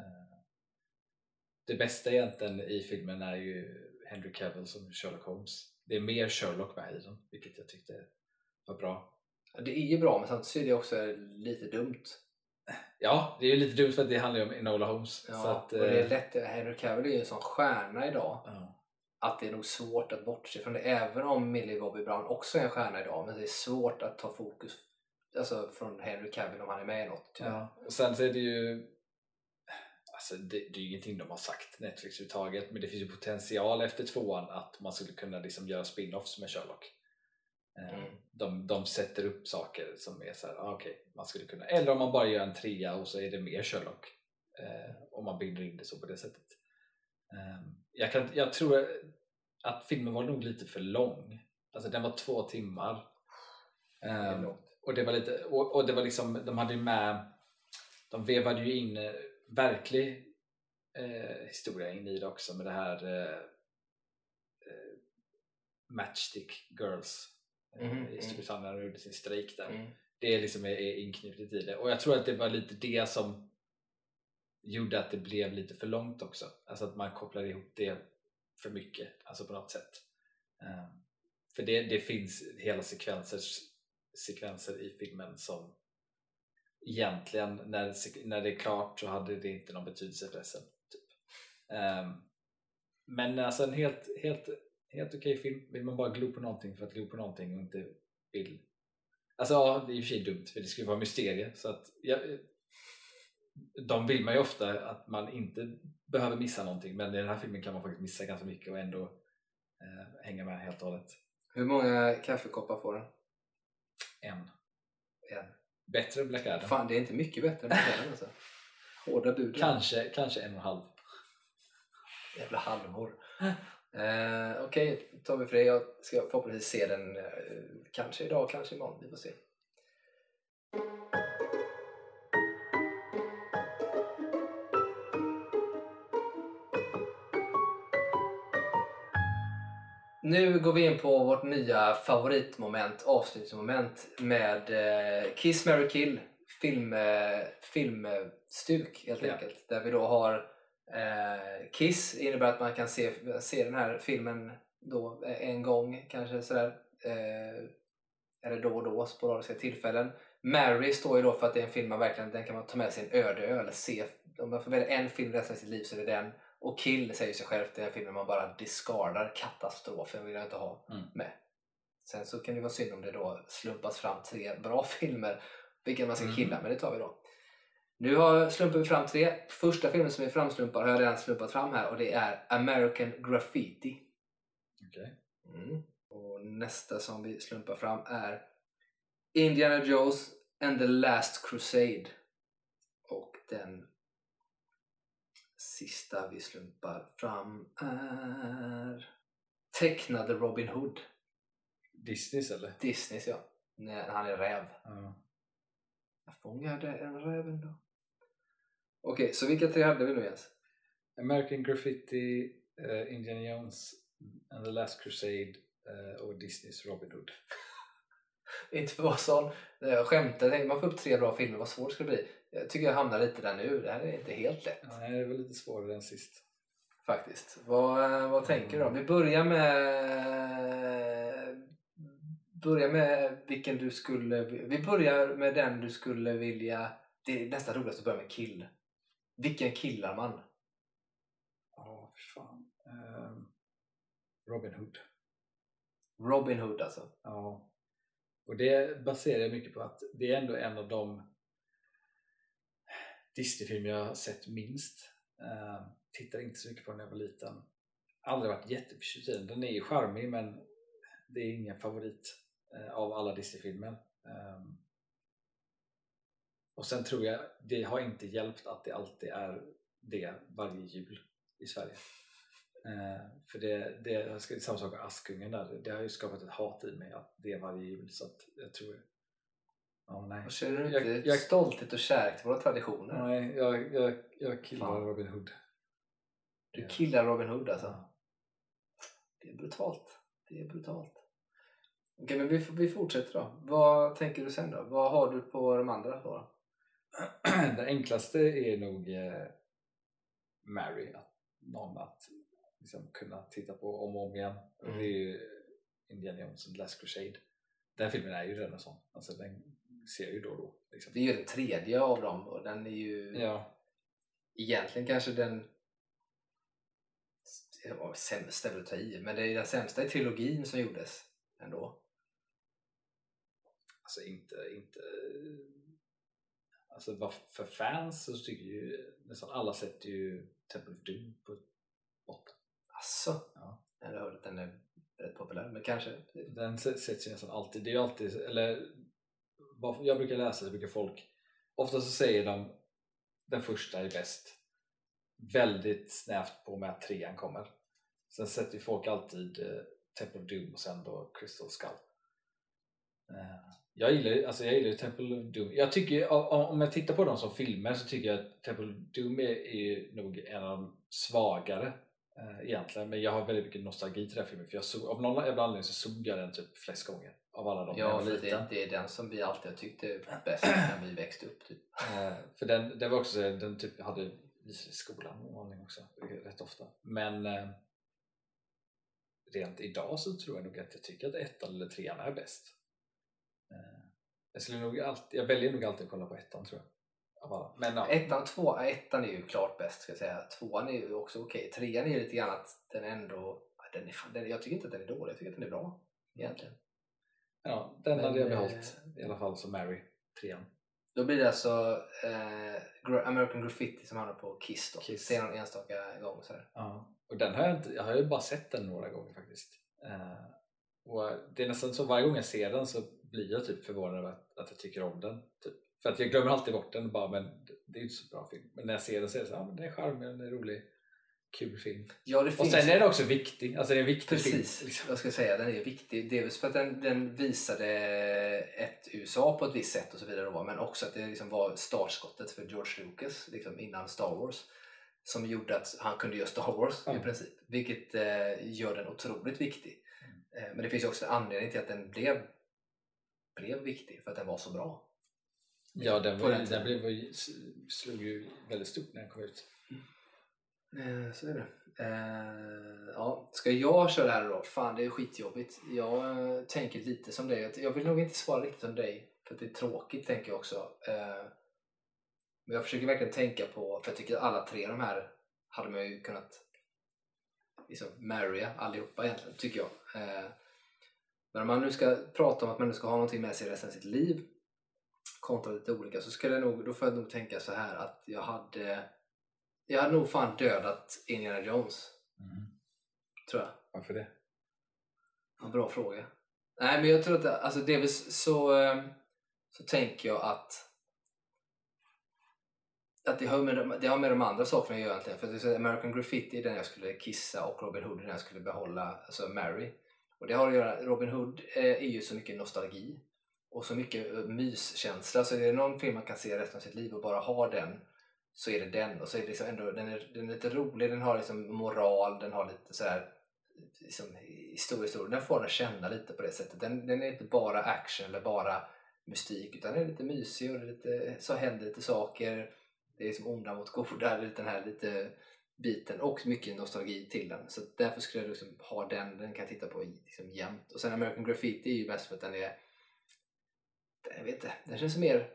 Det bästa egentligen i filmen är ju Henry Cavill som Sherlock Holmes. Det är mer Sherlock med i den, vilket jag tyckte var bra. Det är ju bra, men samtidigt är det också lite dumt. Ja, det är ju lite dumt för att det handlar ju om Enola Holmes. Ja, så att, och det är lätt. Henry Cavill är ju en sån stjärna idag. Att det är nog svårt att bortse från det. Även om Millie Bobby Brown också är en stjärna idag, men det är svårt att ta fokus från Henry Cavill om han är med i något. Ja. Och sen så är det ju det är ju ingenting de har sagt Netflix överhuvudtaget, men det finns ju potential efter 2:an att man skulle kunna liksom göra spin-offs med Sherlock. De sätter upp saker som är så här, okej, man skulle kunna, eller om man bara gör en 3 och så är det mer Sherlock, om man binder in det så på det sättet. Jag tror att filmen var nog lite för lång. Alltså den var 2 timmar. Och det var lite, och det var liksom, de hade ju med, de vevade ju in verklig historia in i det också, med det här Matchstick Girls i Storbritannien och gjorde sin strejk där. Det liksom är inknutet i det, och jag tror att det var lite det som gjorde att det blev lite för långt också, alltså att man kopplade ihop det för mycket, alltså på något sätt. För det finns hela sekvenser i filmen som egentligen när det är klart så hade det inte någon betydelse för resten typ. Men alltså en helt okej film. Vill man bara glo på någonting för att glo på någonting och inte vill, alltså ja, det är i och för sig dumt för det skulle vara mysterie, så att de vill man ju ofta att man inte behöver missa någonting, men i den här filmen kan man faktiskt missa ganska mycket och ändå hänga med helt och hållet. Hur många kaffekoppar får den? En. Bättre än Black Adam. Fan, det är inte mycket bättre än Black Adam alltså. Hårda bud. Kanske 1,5. Jävla halvor. Okej, tar vi för det. Jag ska förhoppningsvis se den kanske idag, kanske imorgon. Vi får se. Nu går vi in på vårt nya favoritmoment, avslutningsmoment med Kiss, Marry, Kill, filmstuk helt enkelt. Där vi då har Kiss, innebär att man kan se den här filmen då en gång kanske sådär, eller då och då, sporadiska tillfällen. Marry står ju då för att det är en film man verkligen, den kan man ta med sig en öde eller se. Om man får välja en film resten av sitt liv så är det den. Och Kill säger sig själv, det är en film man bara discardar, katastrofen vill jag inte ha med. Sen så kan det vara synd om det då slumpas fram 3 bra filmer vilka man ska killa, men det tar vi då. Nu slumpar vi fram 3. Första filmen som är framslumpad har jag redan slumpat fram här, och det är American Graffiti. Okej. Och nästa som vi slumpar fram är Indiana Jones and the Last Crusade. Och den sista vi slumpar fram är tecknade Robin Hood. Disneys eller? Disneys, ja. När han är räv. Jag fångade en räv ändå. Okej, så vilka 3 hade vi nu Jens? American Graffiti, Indiana Jones and the Last Crusade och Disneys Robin Hood. Inte för att vara sån. Jag skämtar, jag tänkte man får upp 3 bra filmer, vad svårt ska det bli. Jag tycker jag hamnar lite där nu, det här är inte helt lätt. Nej, det var lite svårare än sist. Faktiskt. Vad tänker du då? Vi börjar med vilken du skulle... Vi börjar med den du skulle vilja... Det är nästan roligast att börja med kill. Vilken killar man? Ja, för fan. Robin Hood. Robin Hood alltså. Ja. Och det baserar jag mycket på att det är ändå en av de Disney-filmer jag har sett minst. Tittar inte så mycket på den när jag var liten. Aldrig varit jätteförtjust i den. Den är ju charmig, men det är ingen favorit av alla Disney-filmer. Och sen tror jag det har inte hjälpt att det alltid är det varje jul i Sverige. För det är samma sak med Askungen där. Det har ju skapat ett hat i mig att det är varje jul, så att jag tror... nej. Och känner du inte stolthet och kärlek till våra traditioner? Nej, jag killar Robin Hood. Du killar Robin Hood alltså? Ja. Det är brutalt. Okej, men vi fortsätter då. Vad tänker du sen då? Vad har du på de andra då? Det enklaste är nog Mary. Någon att liksom kunna titta på om och om igen. Och det är ju Indiana Jones and the Last Crusade. Den filmen är ju redan sån. Alltså den ser jag ju då och då. Liksom. Det är ju den 3:e av dem och den är ju egentligen kanske den sämsta vill ta i, men det är den sämsta i trilogin som gjordes ändå. Alltså inte alltså för fans så tycker ju nästan alla sätter ju Temple of Doom på 8. Asså? Ja. Jag har hört att den är rätt populär, men kanske den sätts ju nästan alltid. Det är ju alltid, eller vad jag brukar läsa, det brukar folk ofta så säger de den första är bäst, väldigt snävt på med att 3:an kommer. Sen sätter ju folk alltid Temple of Doom och sen då Crystal Skull. Jag gillar ju Temple of Doom. Jag tycker, om jag tittar på dem som filmer, så tycker jag att Temple of Doom är nog en av de svagare egentligen. Men jag har väldigt mycket nostalgi till den filmen, för av någon jävla anledning så såg jag den typ flest gånger av alla dem. Ja, för det är den som vi alltid tyckte är bäst när vi växte upp typ. För den var också, den typ hade visat i skolan också rätt ofta. Men rent idag så tror jag nog att jag tycker att 1 eller 3:an är bäst. Jag väljer nog alltid att kolla på 1:an, tror jag. Men ja. 1:an, 2:an, 1:an är ju klart bäst, ska jag säga. 2:an är ju också okej. 3:an är ju lite grann att den ändå... jag tycker inte att den är dålig, jag tycker att den är bra egentligen. Ja, den hade jag behållit i alla fall som Mary, 3:an. Då blir det alltså American Graffiti som handlar på Kiss då. Ser någon enstaka gång så här. Ja, och den jag har ju bara sett den några gånger faktiskt. Och det är nästan så varje gång jag ser den så blir jag typ förvånad över att jag tycker om den typ. För att jag glömmer alltid bort den bara, men det är ju inte så bra film. Men när jag ser den så är det så här, men den är charmig, den är rolig, kul film. Ja, och sen är den också viktig, alltså det är en viktig film. Precis, jag ska säga den är viktig. Dels för att den visade ett USA på ett visst sätt och så vidare då, men också att det liksom var startskottet för George Lucas liksom innan Star Wars, som gjorde att han kunde göra Star Wars i princip, vilket gör den otroligt viktig. Men det finns ju också en anledning till att den blev viktig, för att den var så bra. Ja, den slog ju väldigt stort när den kom ut. Så är det. Ja, ska jag köra det här då? Fan, det är skitjobbigt. Jag tänker lite som dig. Jag vill nog inte svara riktigt som dig, för att det är tråkigt, tänker jag också. Men jag försöker verkligen tänka på, för jag tycker att alla 3 de här hade man ju kunnat liksom marrya allihopa egentligen, tycker jag. Men om man nu ska prata om att man nu ska ha någonting med sig resten av sitt liv kontra lite olika, så då får jag nog tänka så här att jag hade nog fan dödat Indiana Jones. Tror jag. Varför det? Ja, bra fråga. Nej, men jag tror att alltså delvis så tänker jag att det har med de andra sakerna att göra egentligen. För American Graffiti är den jag skulle kissa och Robin Hood är den jag skulle behålla, alltså Mary. Och det har att göra, Robin Hood är ju så mycket nostalgi och så mycket myskänsla, så är det någon film man kan se resten av sitt liv och bara ha den, så är det den. Och så är det liksom ändå, den är lite rolig, den har liksom moral, den har lite så här liksom, historia. Den får den känna lite på det sättet. Den är inte bara action eller bara mystik, utan den är lite mysig och så händer lite saker. Det är som onda mot goda, den här lite biten och mycket nostalgi till den. Så därför skulle jag liksom ha den kan jag titta på liksom jämt. Och sen American Graffiti är ju bäst för att den är, jag vet inte, den känns mer,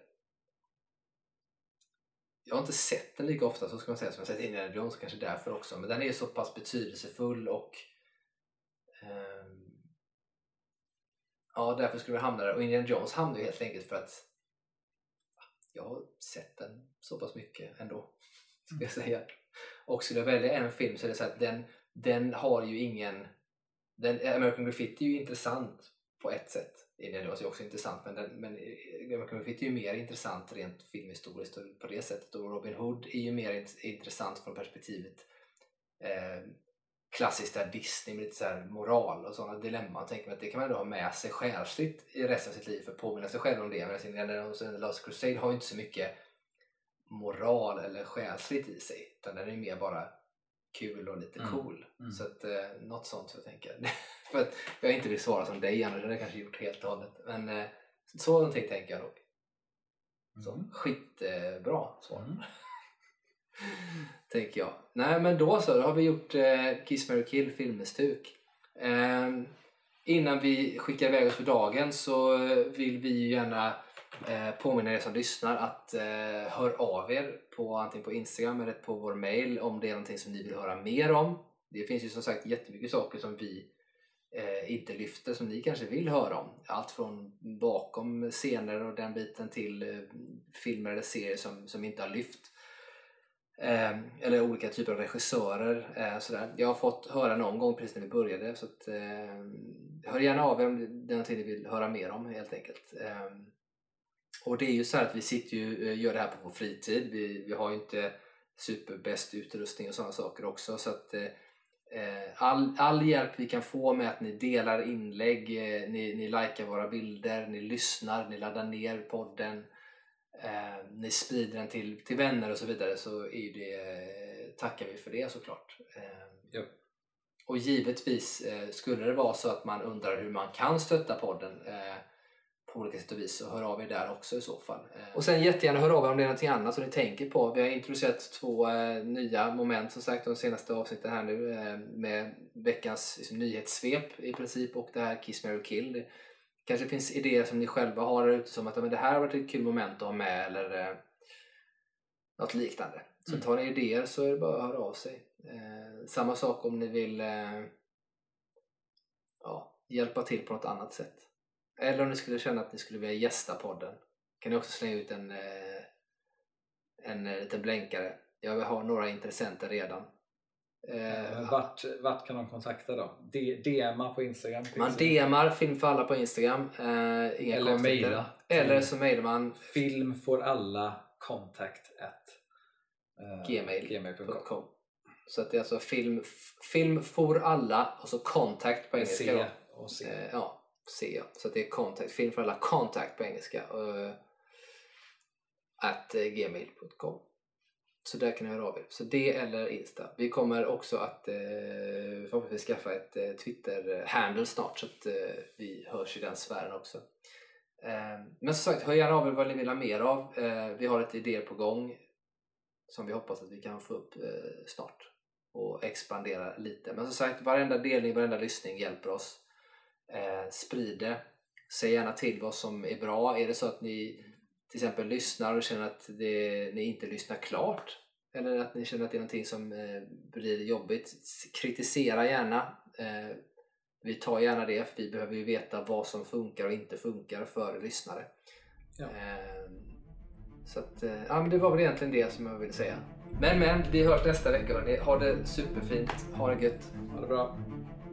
jag har inte sett den lika ofta så ska man säga som jag sett Indiana Jones, kanske därför också, men den är så pass betydelsefull och ja, därför skulle vi hamna där. Och Indiana Jones hamnar ju helt enkelt för att jag har sett den så pass mycket ändå, ska jag säga. Och skulle jag välja en film så är det så att den har ju ingen, American Graffiti är ju intressant på ett sätt. Indiana Jones är också intressant, men American Graffiti är ju mer intressant rent filmhistoriskt på det sättet, och Robin Hood är ju mer intressant från perspektivet klassiskt där Disney med lite så här moral och sådana dilemman. Tänker man att det kan man då ha med sig själsligt i resten av sitt liv för att påminna sig själv om det. Men Indiana Jones och The Last Crusade har ju inte så mycket moral eller själsligt i sig, utan den är mer bara kul och lite cool. Så att något sånt jag tänker. För att jag inte vill svara som dig, annars hade jag kanske gjort helt och hållet. Men så någonting tänker jag nog. Så skitbra svar. Tänker jag. Nej, men då har vi gjort Kiss, Marry, Kill filmstuk. Innan vi skickar iväg oss för dagen så vill vi gärna påminna er som lyssnar att hör av er antingen på Instagram eller på vår mail om det är någonting som ni vill höra mer om. Det finns ju som sagt jättemycket saker som vi inte lyfter som ni kanske vill höra om. Allt från bakom scener och den biten till filmer eller serier som inte har lyft. Eller olika typer av regissörer. Sådär. Jag har fått höra någon gång precis när vi började, så att, hör gärna av er om det är någonting ni vill höra mer om helt enkelt. Och det är ju så här att vi sitter ju gör det här på vår fritid. Vi har ju inte superbäst utrustning och sådana saker också, så att all hjälp vi kan få med att ni delar inlägg, ni likar våra bilder, ni lyssnar, ni laddar ner podden, ni sprider den till vänner och så vidare, så är ju det, tackar vi för det såklart. Och givetvis skulle det vara så att man undrar hur man kan stötta podden på olika sätt och vis, så hör av er där också i så fall. Och sen jättegärna hör av er om det är någonting annat som ni tänker på. Vi har introducerat 2 nya moment som sagt de senaste avsnitten här nu, med veckans liksom, nyhetssvep i princip, och det här Kiss, Marry, Kill. Det kanske finns idéer som ni själva har ute som att men det här har varit ett kul moment att ha med, eller något liknande. Så tar ni idéer så är det bara att höra av sig. Samma sak om ni vill hjälpa till på något annat sätt. Eller om ni skulle känna att ni skulle vilja gästa podden, kan ni också slänga ut en liten blänkare. Jag har några intressenter redan. Vart kan de kontakta då? DMa på Instagram? Man DMar Film för alla på Instagram. Eller mejla. Eller så mejlar man filmforalla@gmail.com. Så att det är alltså film for alla och så contact på engelska. C och C. C. Så att det är contact, film för alla contact på engelska @gmail.com. Så där kan ni höra av er. Så det eller Insta. Vi kommer också att förhoppningsvis skaffa ett Twitter-handle snart, så att vi hörs i den sfären också. Men som sagt, hör gärna av er vad ni vill ha mer av. Vi har ett idé på gång som vi hoppas att vi kan få upp snart och expandera lite. Men som sagt, varenda delning, varenda lyssning hjälper oss. Sprid det. Säg gärna till vad som är bra. Är det så att ni till exempel lyssnar och känner att ni inte lyssnar klart, eller att ni känner att det är någonting som blir jobbigt, kritisera gärna. Vi tar gärna det, för vi behöver ju veta vad som funkar och inte funkar för lyssnare. Så att, men det var väl egentligen det som jag ville säga. Men vi hörs nästa vecka. Ha det superfint, ha det gött. Ha det bra.